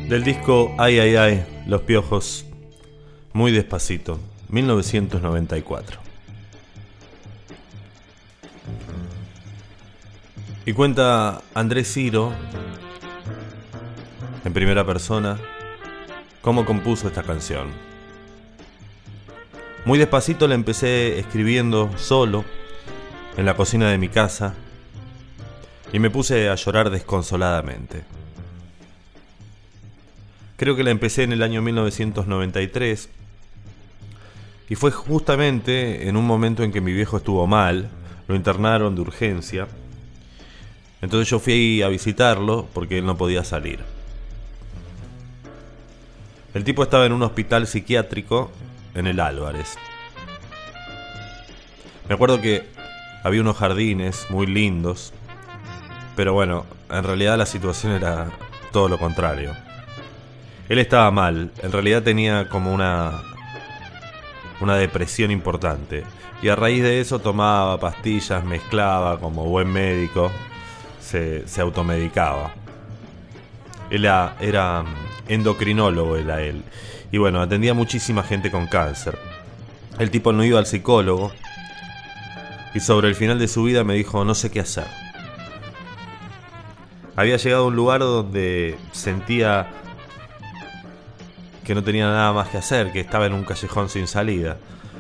Del disco Ay Ay Ay, Los Piojos, Muy Despacito, mil novecientos noventa y cuatro. Y cuenta Andrés Ciro, en primera persona, cómo compuso esta canción. Muy despacito la empecé escribiendo solo, en la cocina de mi casa, y me puse a llorar desconsoladamente. Creo que la empecé en el año mil novecientos noventa y tres, y fue justamente en un momento en que mi viejo estuvo mal, lo internaron de urgencia. Entonces yo fui a visitarlo porque él no podía salir. El tipo estaba en un hospital psiquiátrico en el Álvarez. Me acuerdo que había unos jardines muy lindos, pero bueno, en realidad la situación era todo lo contrario. Él estaba mal, en realidad tenía como una, una depresión importante. Y a raíz de eso tomaba pastillas, mezclaba como buen médico, se, se automedicaba. Él era, era endocrinólogo, era él. Y bueno, atendía muchísima gente con cáncer. El tipo no iba al psicólogo. Y sobre el final de su vida me dijo, no sé qué hacer. Había llegado a un lugar donde sentía que no tenía nada más que hacer, que estaba en un callejón sin salida.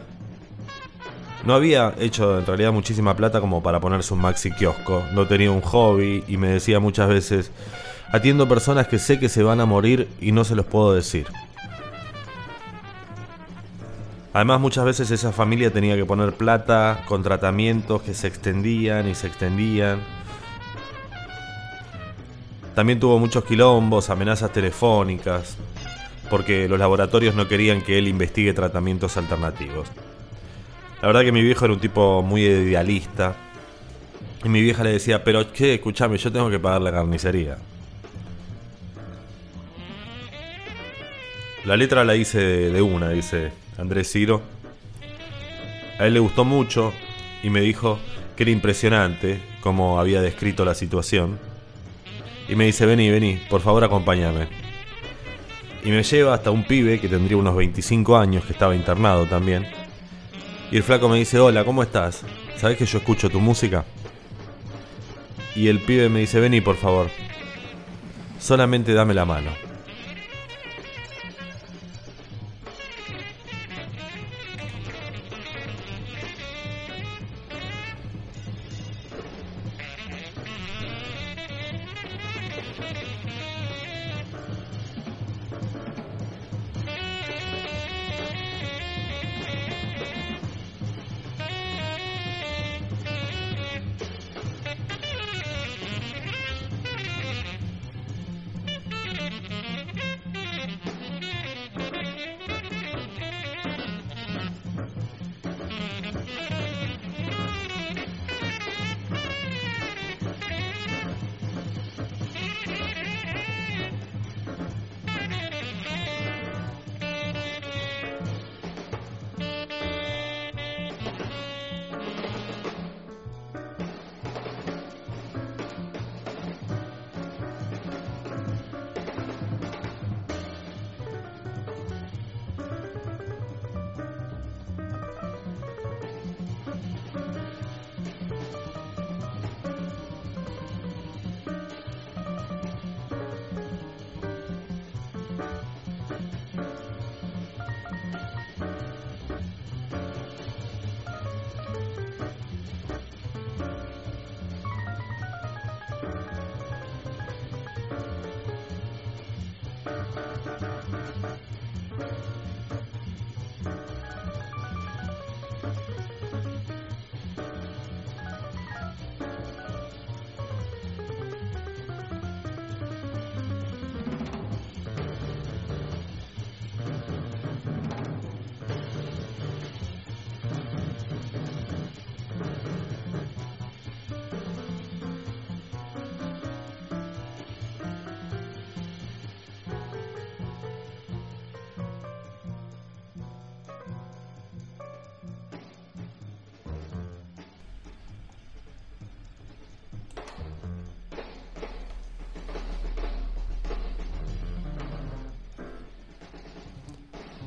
No había hecho en realidad muchísima plata como para ponerse un maxi kiosco. No tenía un hobby y me decía muchas veces, atiendo personas que sé que se van a morir y no se los puedo decir. Además, muchas veces esa familia tenía que poner plata con tratamientos que se extendían y se extendían. También tuvo muchos quilombos, amenazas telefónicas, porque los laboratorios no querían que él investigue tratamientos alternativos. La verdad que mi viejo era un tipo muy idealista. Y mi vieja le decía, pero che, escuchame, yo tengo que pagar la carnicería. La letra la hice de, de una, dice Andrés Ciro. A él le gustó mucho y me dijo que era impresionante cómo había descrito la situación. Y me dice, vení, vení, por favor acompáñame. Y me lleva hasta un pibe que tendría unos veinticinco años, que estaba internado también. Y el flaco me dice, hola, ¿cómo estás? ¿Sabés que yo escucho tu música? Y el pibe me dice, vení por favor, solamente dame la mano.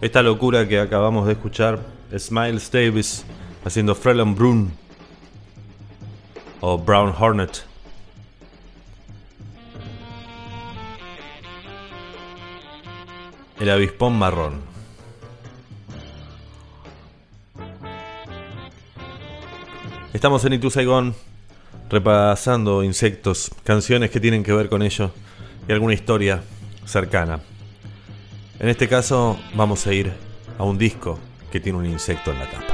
Esta locura que acabamos de escuchar es Miles Davis haciendo Frelon Brun o Brown Hornet. El avispón marrón. Estamos en Itu Saigon repasando insectos, canciones que tienen que ver con ello y alguna historia cercana. En este caso vamos a ir a un disco que tiene un insecto en la tapa.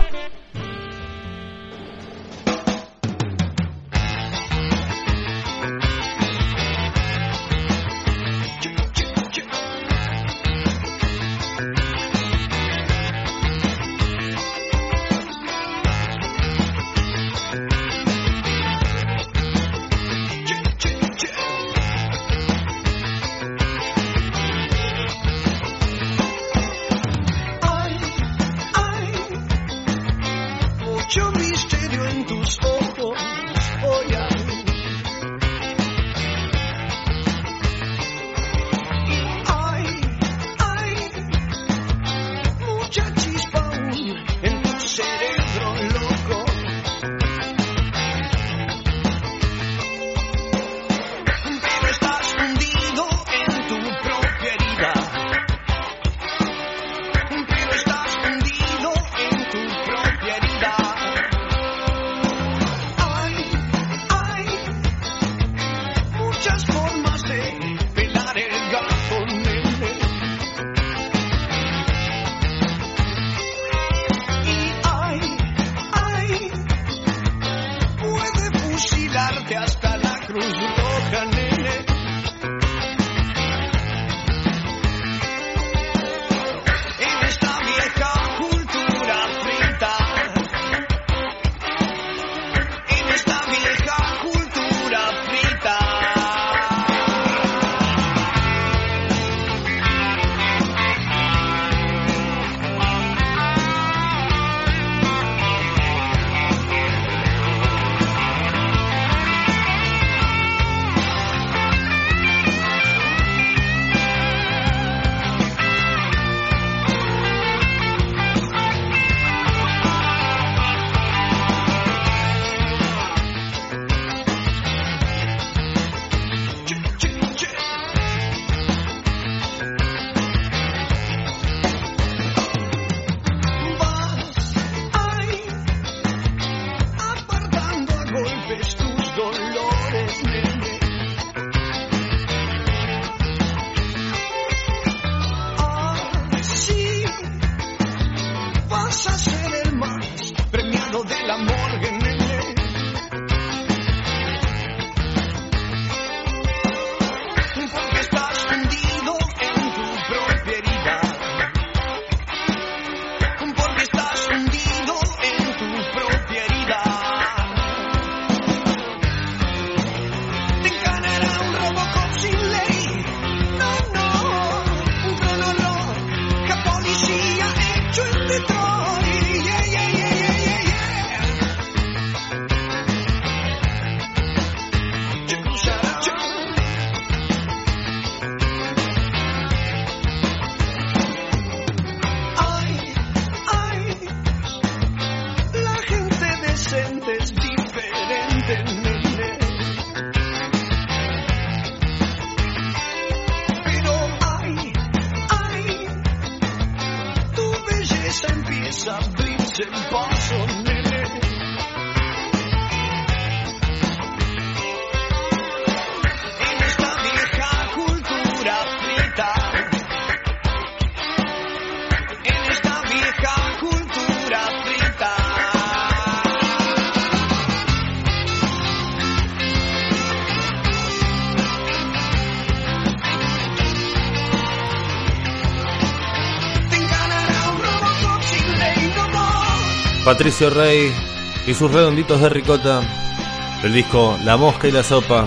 Patricio Rey y sus redonditos de ricota del disco La Mosca y la Sopa,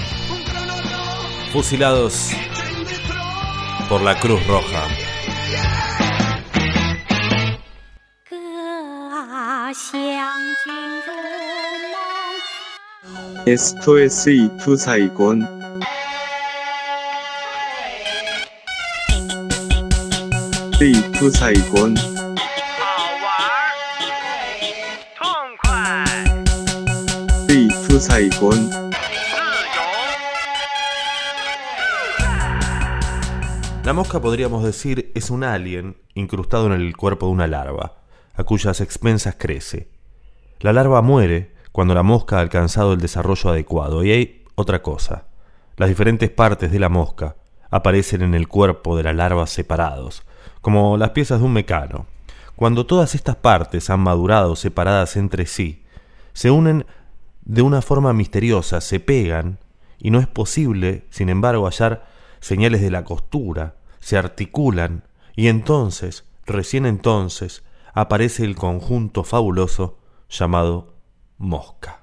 fusilados por la Cruz Roja. Esto es Itu Saigon. 地出赛关， 好玩儿，痛快， 地出赛关， 自由。 La mosca, podríamos decir, es un alien incrustado en el cuerpo de una larva, a cuyas expensas crece. La larva muere cuando la mosca ha alcanzado el desarrollo adecuado. Y hay otra cosa: las diferentes partes de la mosca aparecen en el cuerpo de la larva separados, como las piezas de un mecano. Cuando todas estas partes han madurado separadas entre sí, se unen de una forma misteriosa, se pegan, y no es posible, sin embargo, hallar señales de la costura, se articulan, y entonces, recién entonces, aparece el conjunto fabuloso llamado mosca.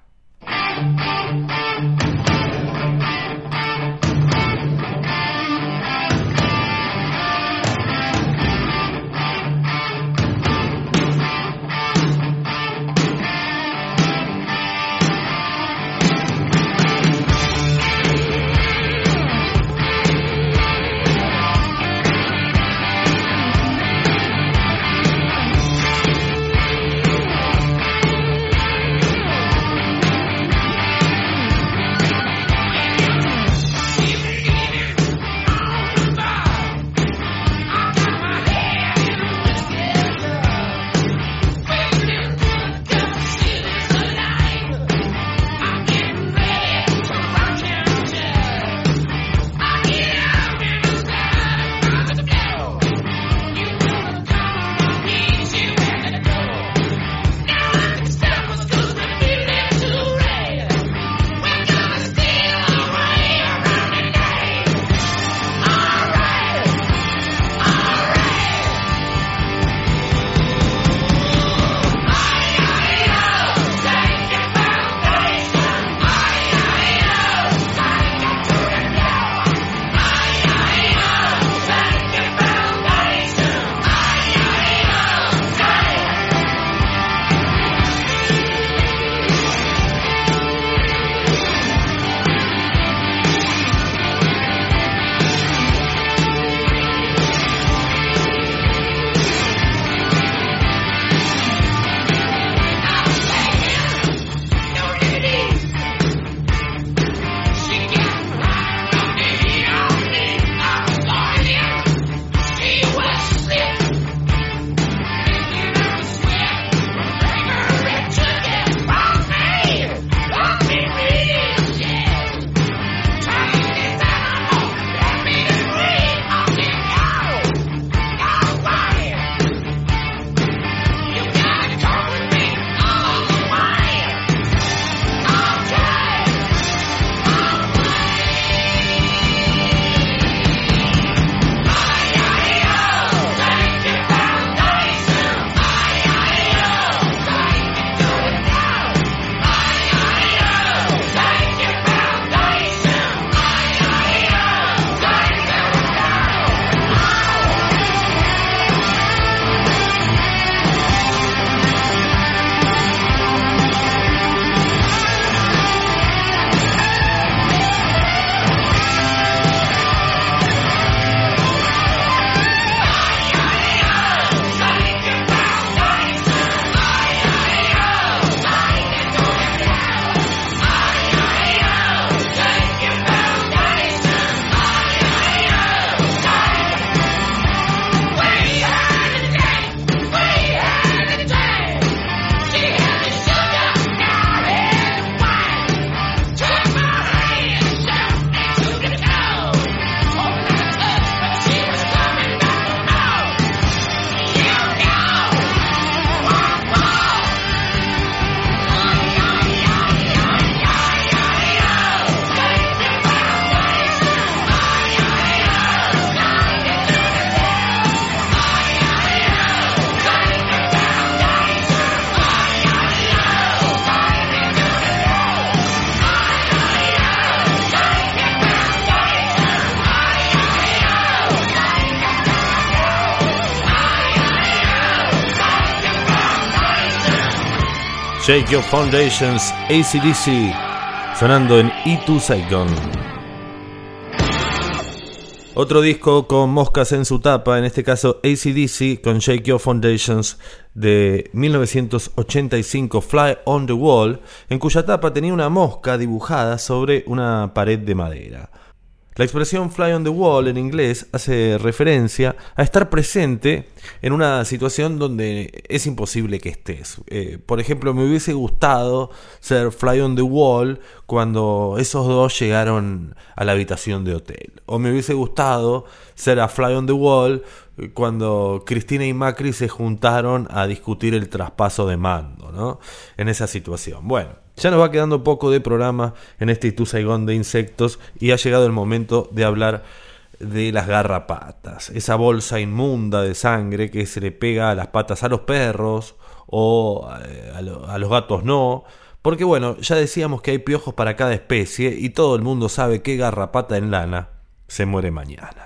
Shake Your Foundations, A C D C, sonando en E dos Saigon. Otro disco con moscas en su tapa, en este caso A C D C con Shake Your Foundations de mil novecientos ochenta y cinco, Fly on the Wall, en cuya tapa tenía una mosca dibujada sobre una pared de madera. La expresión fly on the wall en inglés hace referencia a estar presente en una situación donde es imposible que estés. Eh, por ejemplo, me hubiese gustado ser fly on the wall cuando esos dos llegaron a la habitación de hotel. O me hubiese gustado ser a fly on the wall cuando Cristina y Macri se juntaron a discutir el traspaso de mando, ¿no? En esa situación. Bueno, ya nos va quedando poco de programa en este Itu Saigón de insectos y ha llegado el momento de hablar de las garrapatas, esa bolsa inmunda de sangre que se le pega a las patas a los perros o a, lo, a los gatos no, porque bueno, ya decíamos que hay piojos para cada especie y todo el mundo sabe que garrapata en lana se muere mañana.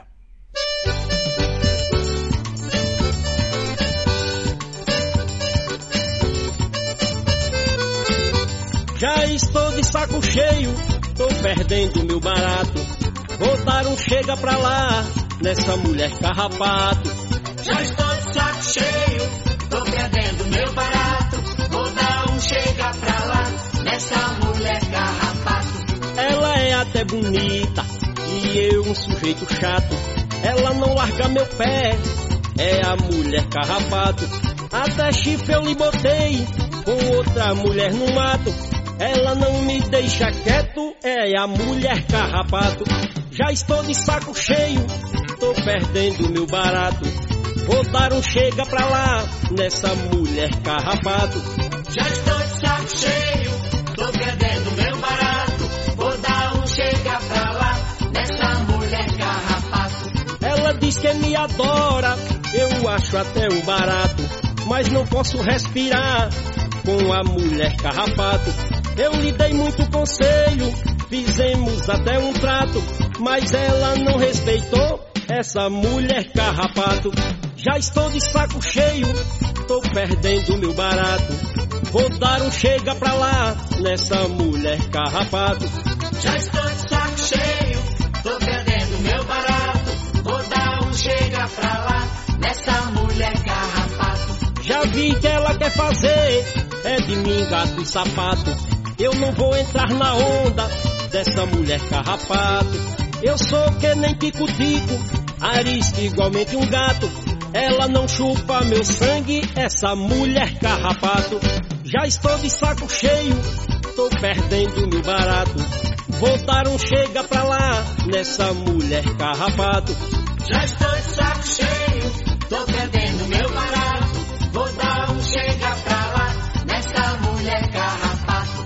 Já estou de saco cheio, tô perdendo meu barato. Vou dar um chega pra lá, nessa mulher carrapato. Já estou de saco cheio, tô perdendo meu barato. Vou dar um chega pra lá, nessa mulher carrapato. Ela é até bonita, e eu um sujeito chato. Ela não larga meu pé, é a mulher carrapato. Até chifre eu lhe botei, com outra mulher no mato. Ela não me deixa quieto, é a mulher carrapato. Já estou de saco cheio, tô perdendo meu barato. Vou dar um chega pra lá, nessa mulher carrapato. Já estou de saco cheio, tô perdendo meu barato. Vou dar um chega pra lá, nessa mulher carrapato. Ela diz que me adora, eu acho até um barato. Mas não posso respirar com a mulher carrapato. Eu lhe dei muito conselho, fizemos até um trato, mas ela não respeitou essa mulher carrapato. Já estou de saco cheio, tô perdendo meu barato. Vou dar um chega pra lá, nessa mulher carrapato. Já estou de saco cheio, tô perdendo meu barato. Vou dar um chega pra lá, nessa mulher carrapato. Já vi que ela quer fazer, é de mim gato e sapato. Eu não vou entrar na onda dessa mulher carrapato. Eu sou que nem tico-tico, arisco igualmente um gato. Ela não chupa meu sangue, essa mulher carrapato. Já estou de saco cheio, tô perdendo meu barato. Vou dar um chega pra lá, nessa mulher carrapato. Já estou de saco cheio, tô perdendo meu barato. Vou dar um chega pra lá, nessa mulher carrapato.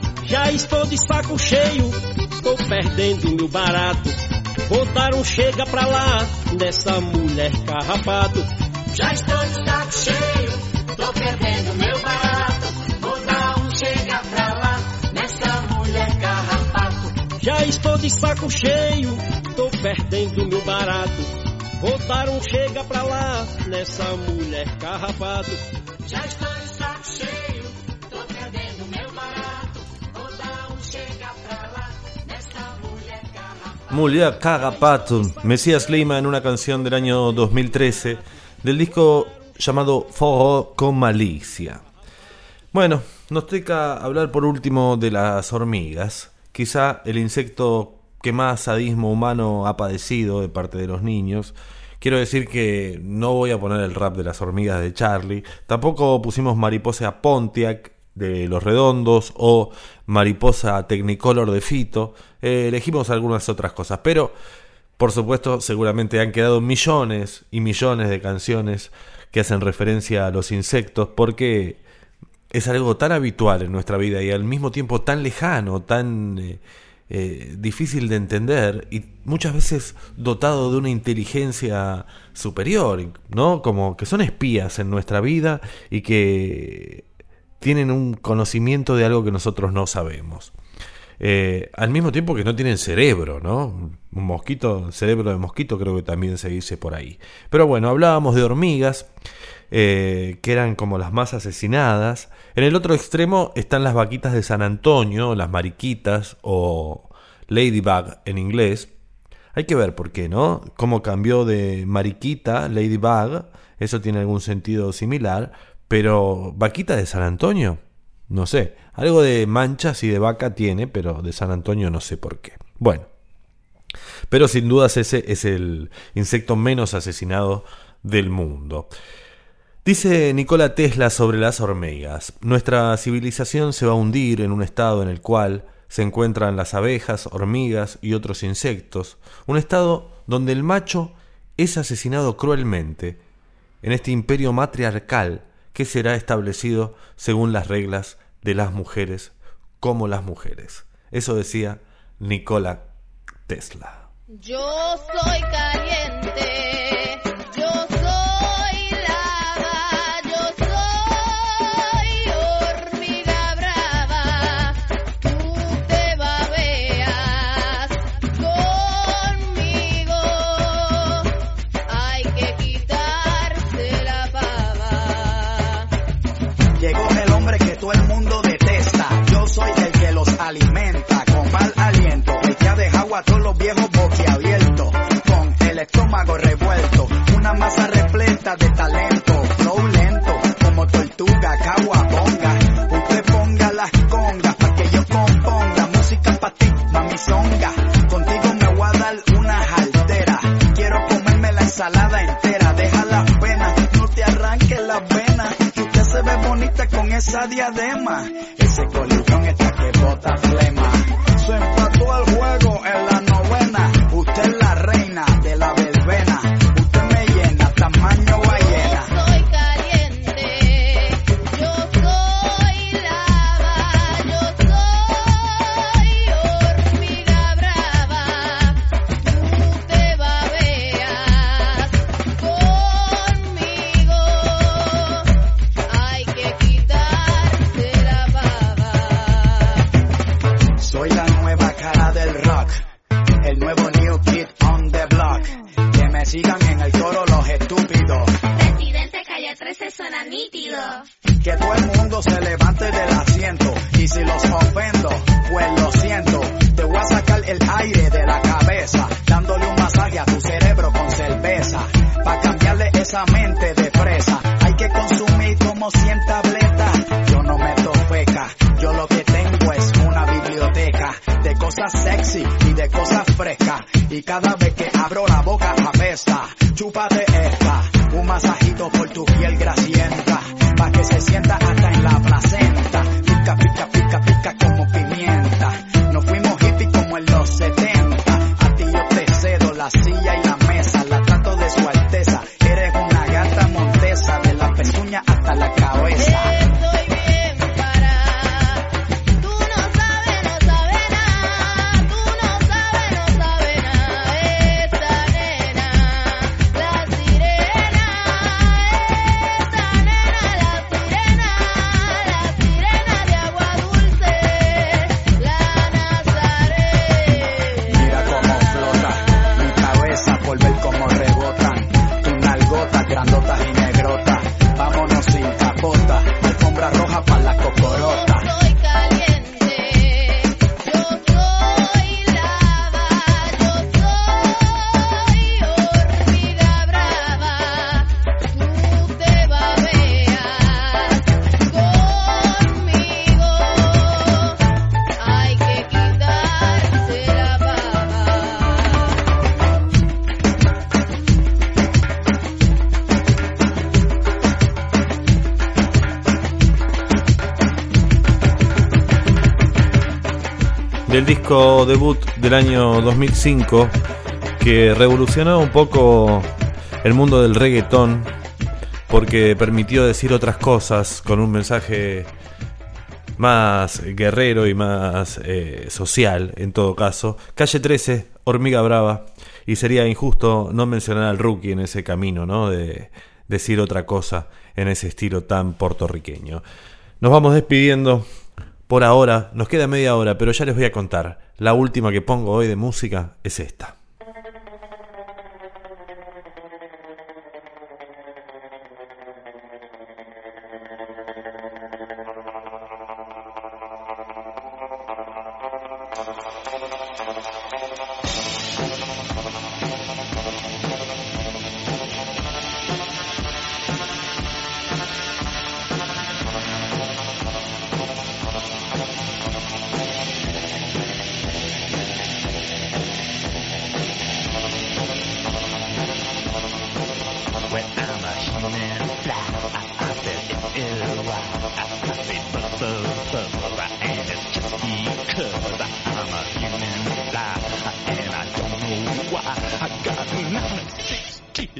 Já estou de saco cheio, tô perdendo meu barato. Vou dar um chega pra lá, nessa mulher carrapato. Já estou de saco cheio, tô perdendo meu barato. Vou dar um chega pra lá, nessa mulher carrapato. Já estou de saco cheio, tô perdendo meu barato. Vou dar um chega pra lá, nessa mulher carrapato. Já estou de saco cheio, tô perdendo meu barato. Vou dar um chega pra lá, nessa mulher carrapato. Mulher Carrapato, Mesías Lima en una canción del año dos mil trece del disco llamado Forró con Malicia. Bueno, nos toca hablar por último de las hormigas, quizá el insecto que más sadismo humano ha padecido de parte de los niños. Quiero decir que no voy a poner el rap de las hormigas de Charlie, tampoco pusimos Mariposa Pontiac de Los Redondos o Mariposa Technicolor de Fito, eh, elegimos algunas otras cosas, pero por supuesto seguramente han quedado millones y millones de canciones que hacen referencia a los insectos, porque es algo tan habitual en nuestra vida y al mismo tiempo tan lejano, tan eh, eh, difícil de entender y muchas veces dotado de una inteligencia superior, ¿no? Como que son espías en nuestra vida y que tienen un conocimiento de algo que nosotros no sabemos. Eh, al mismo tiempo que no tienen cerebro, ¿no? Un mosquito, cerebro de mosquito creo que también se dice por ahí. Pero bueno, hablábamos de hormigas, eh, que eran como las más asesinadas. En el otro extremo están las vaquitas de San Antonio, las mariquitas o ladybug en inglés. Hay que ver por qué, ¿no? Cómo cambió de mariquita, Ladybug, eso tiene algún sentido similar, pero vaquita de San Antonio, no sé, algo de manchas y de vaca tiene, pero de San Antonio no sé por qué. Bueno, pero sin dudas ese es el insecto menos asesinado del mundo. Dice Nikola Tesla sobre las hormigas: nuestra civilización se va a hundir en un estado en el cual se encuentran las abejas, hormigas y otros insectos, un estado donde el macho es asesinado cruelmente en este imperio matriarcal que será establecido según las reglas de las mujeres, como las mujeres. Eso decía Nikola Tesla. Yo soy caliente, yo soy lava, yo soy hormiga brava. Tú te babeas conmigo, hay que quitarse la baba. Llegó el hombre que todo el mundo detesta. Yo soy el que los alimenta con mal aliento, el que ha dejado a todos los viejos boquiabiertos, con el estómago revuelto, una masa repleta de talento, flow lento, como tortuga, caguabonga. Usted ponga las congas pa' que yo componga música pa' ti, mamizonga. Contigo me voy a dar una jaldera, quiero comerme la ensalada entera. Deja las penas, no te arranques las venas, que usted se ve bonita con esa diadema. Ese colillón está que bota flema. Se empató al juego en la novena. Usted es la reina de la verbena. Usted me llena, tamaño ballena. Yo soy caliente, yo soy lava, yo soy hormiga brava. Tú te babeas conmigo, hay que quitarse la baba. Soy la nueva cara del rock, el nuevo new kid on the block. Que me sigan en el coro los estúpidos. Presidente Calle trece suena nítido. Que todo el mundo se levante del asiento. Y si los ofendo, pues lo siento. Te voy a sacar el aire de la cabeza, dándole un masaje a tu cerebro con cerveza, pa' cambiarle esa mente de presa. Hay que consumir como cien tabletas. Yo no meto feca, yo lo que tengo es una biblioteca de cosas sexy y de cosas frescas. Y cada vez que abro la boca apesta. Chúpate esta, un masajito por tu piel grasienta, pa' que se sienta hasta en la placenta. Pica, pica, pica, pica como pimienta. Nos fuimos hippie como en los setenta. A ti yo te cedo la silla y la mesa, la trato de su alteza. Eres una gata montesa, de la pezuña hasta la cabeza. Estoy bien para, tú no sabes, no sabes nada, tú no sabes, no sabes nada. Esta nena, la sirena, esta nena, la sirena, la sirena de agua dulce, la Nazaret. Mira cómo flota mi cabeza por ver cómo rebotan tus nalgotas grandotas y negrotas. Vámonos sin capota, alfombra roja para la cocorota. Yo soy caliente, yo soy lava, yo soy hormiga brava. Tú te babeas conmigo, hay que quitarse la baba. Del disco debut del año dos mil cinco, que revolucionó un poco el mundo del reggaetón, porque permitió decir otras cosas con un mensaje más guerrero y más eh, social, en todo caso. Calle trece, Hormiga Brava, y sería injusto no mencionar al Rookie en ese camino, ¿no? De decir otra cosa en ese estilo tan puertorriqueño. Nos vamos despidiendo. Por ahora, nos queda media hora, pero ya les voy a contar. La última que pongo hoy de música es esta.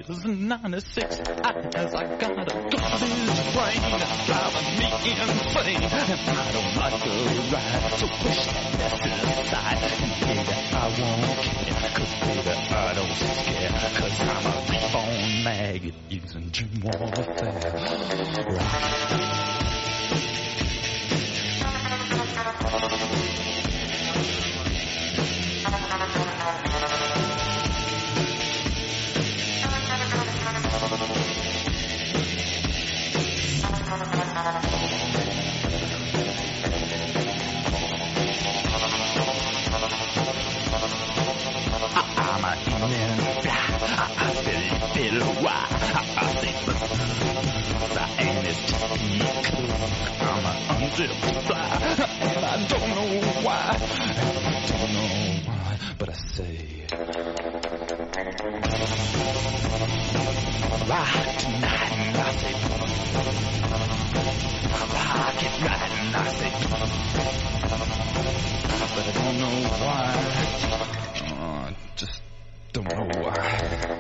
is ninety-six. I guess I got a garbage brain driving me insane. And I don't like to ride, so push that mess aside. And baby, I won't care, cause baby, I don't scare. Cause I'm a reborn maggot using gym warfare. Right. And I don't know why, I don't know why, but I say, rock tonight, and I say, rock it right, and I say, but I don't know why, oh, I just don't know why.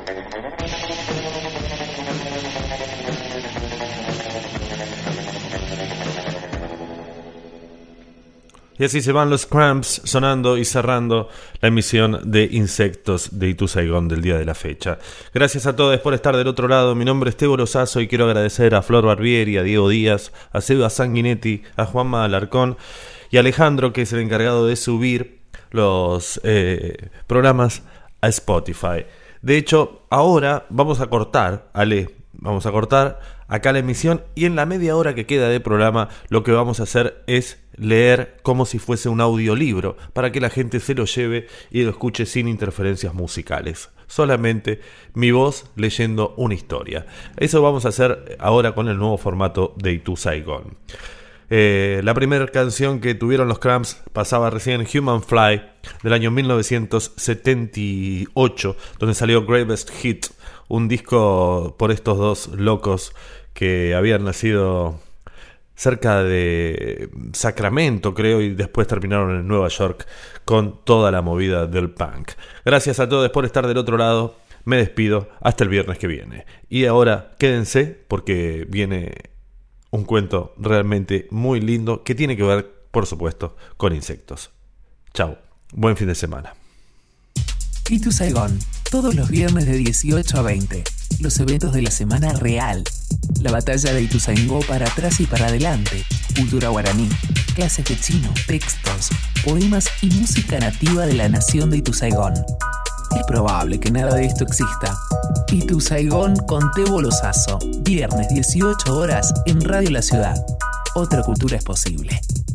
Y así se van los Cramps sonando y cerrando la emisión de Insectos de Itu Saigon del día de la fecha. Gracias a todos por estar del otro lado. Mi nombre es Tebo Lozazo y quiero agradecer a Flor Barbieri, a Diego Díaz, a Seba Sanguinetti, a Juanma Alarcón y a Alejandro, que es el encargado de subir los eh, programas a Spotify. De hecho, ahora vamos a cortar, Ale, vamos a cortar acá la emisión y en la media hora que queda de programa lo que vamos a hacer es leer como si fuese un audiolibro para que la gente se lo lleve y lo escuche sin interferencias musicales. Solamente mi voz leyendo una historia. Eso vamos a hacer ahora con el nuevo formato de Itu Saigon. Eh, la primera canción que tuvieron los Cramps pasaba recién, Human Fly, del año mil novecientos setenta y ocho, donde salió Greatest Hit, un disco por estos dos locos que habían nacido cerca de Sacramento, creo, y después terminaron en Nueva York con toda la movida del punk. Gracias a todos por estar del otro lado. Me despido hasta el viernes que viene. Y ahora quédense porque viene un cuento realmente muy lindo que tiene que ver, por supuesto, con insectos. Chau. Buen fin de semana. Itu Saigon, todos los viernes de dieciocho a veinte. Los eventos de la semana real. La batalla de Ituzaingó para atrás y para adelante. Cultura guaraní, clases de chino, textos, poemas y música nativa de la nación de Itu Saigon. Es probable que nada de esto exista. Itu Saigon con Tebo Lozazo. Viernes dieciocho horas en Radio La Ciudad. Otra cultura es posible.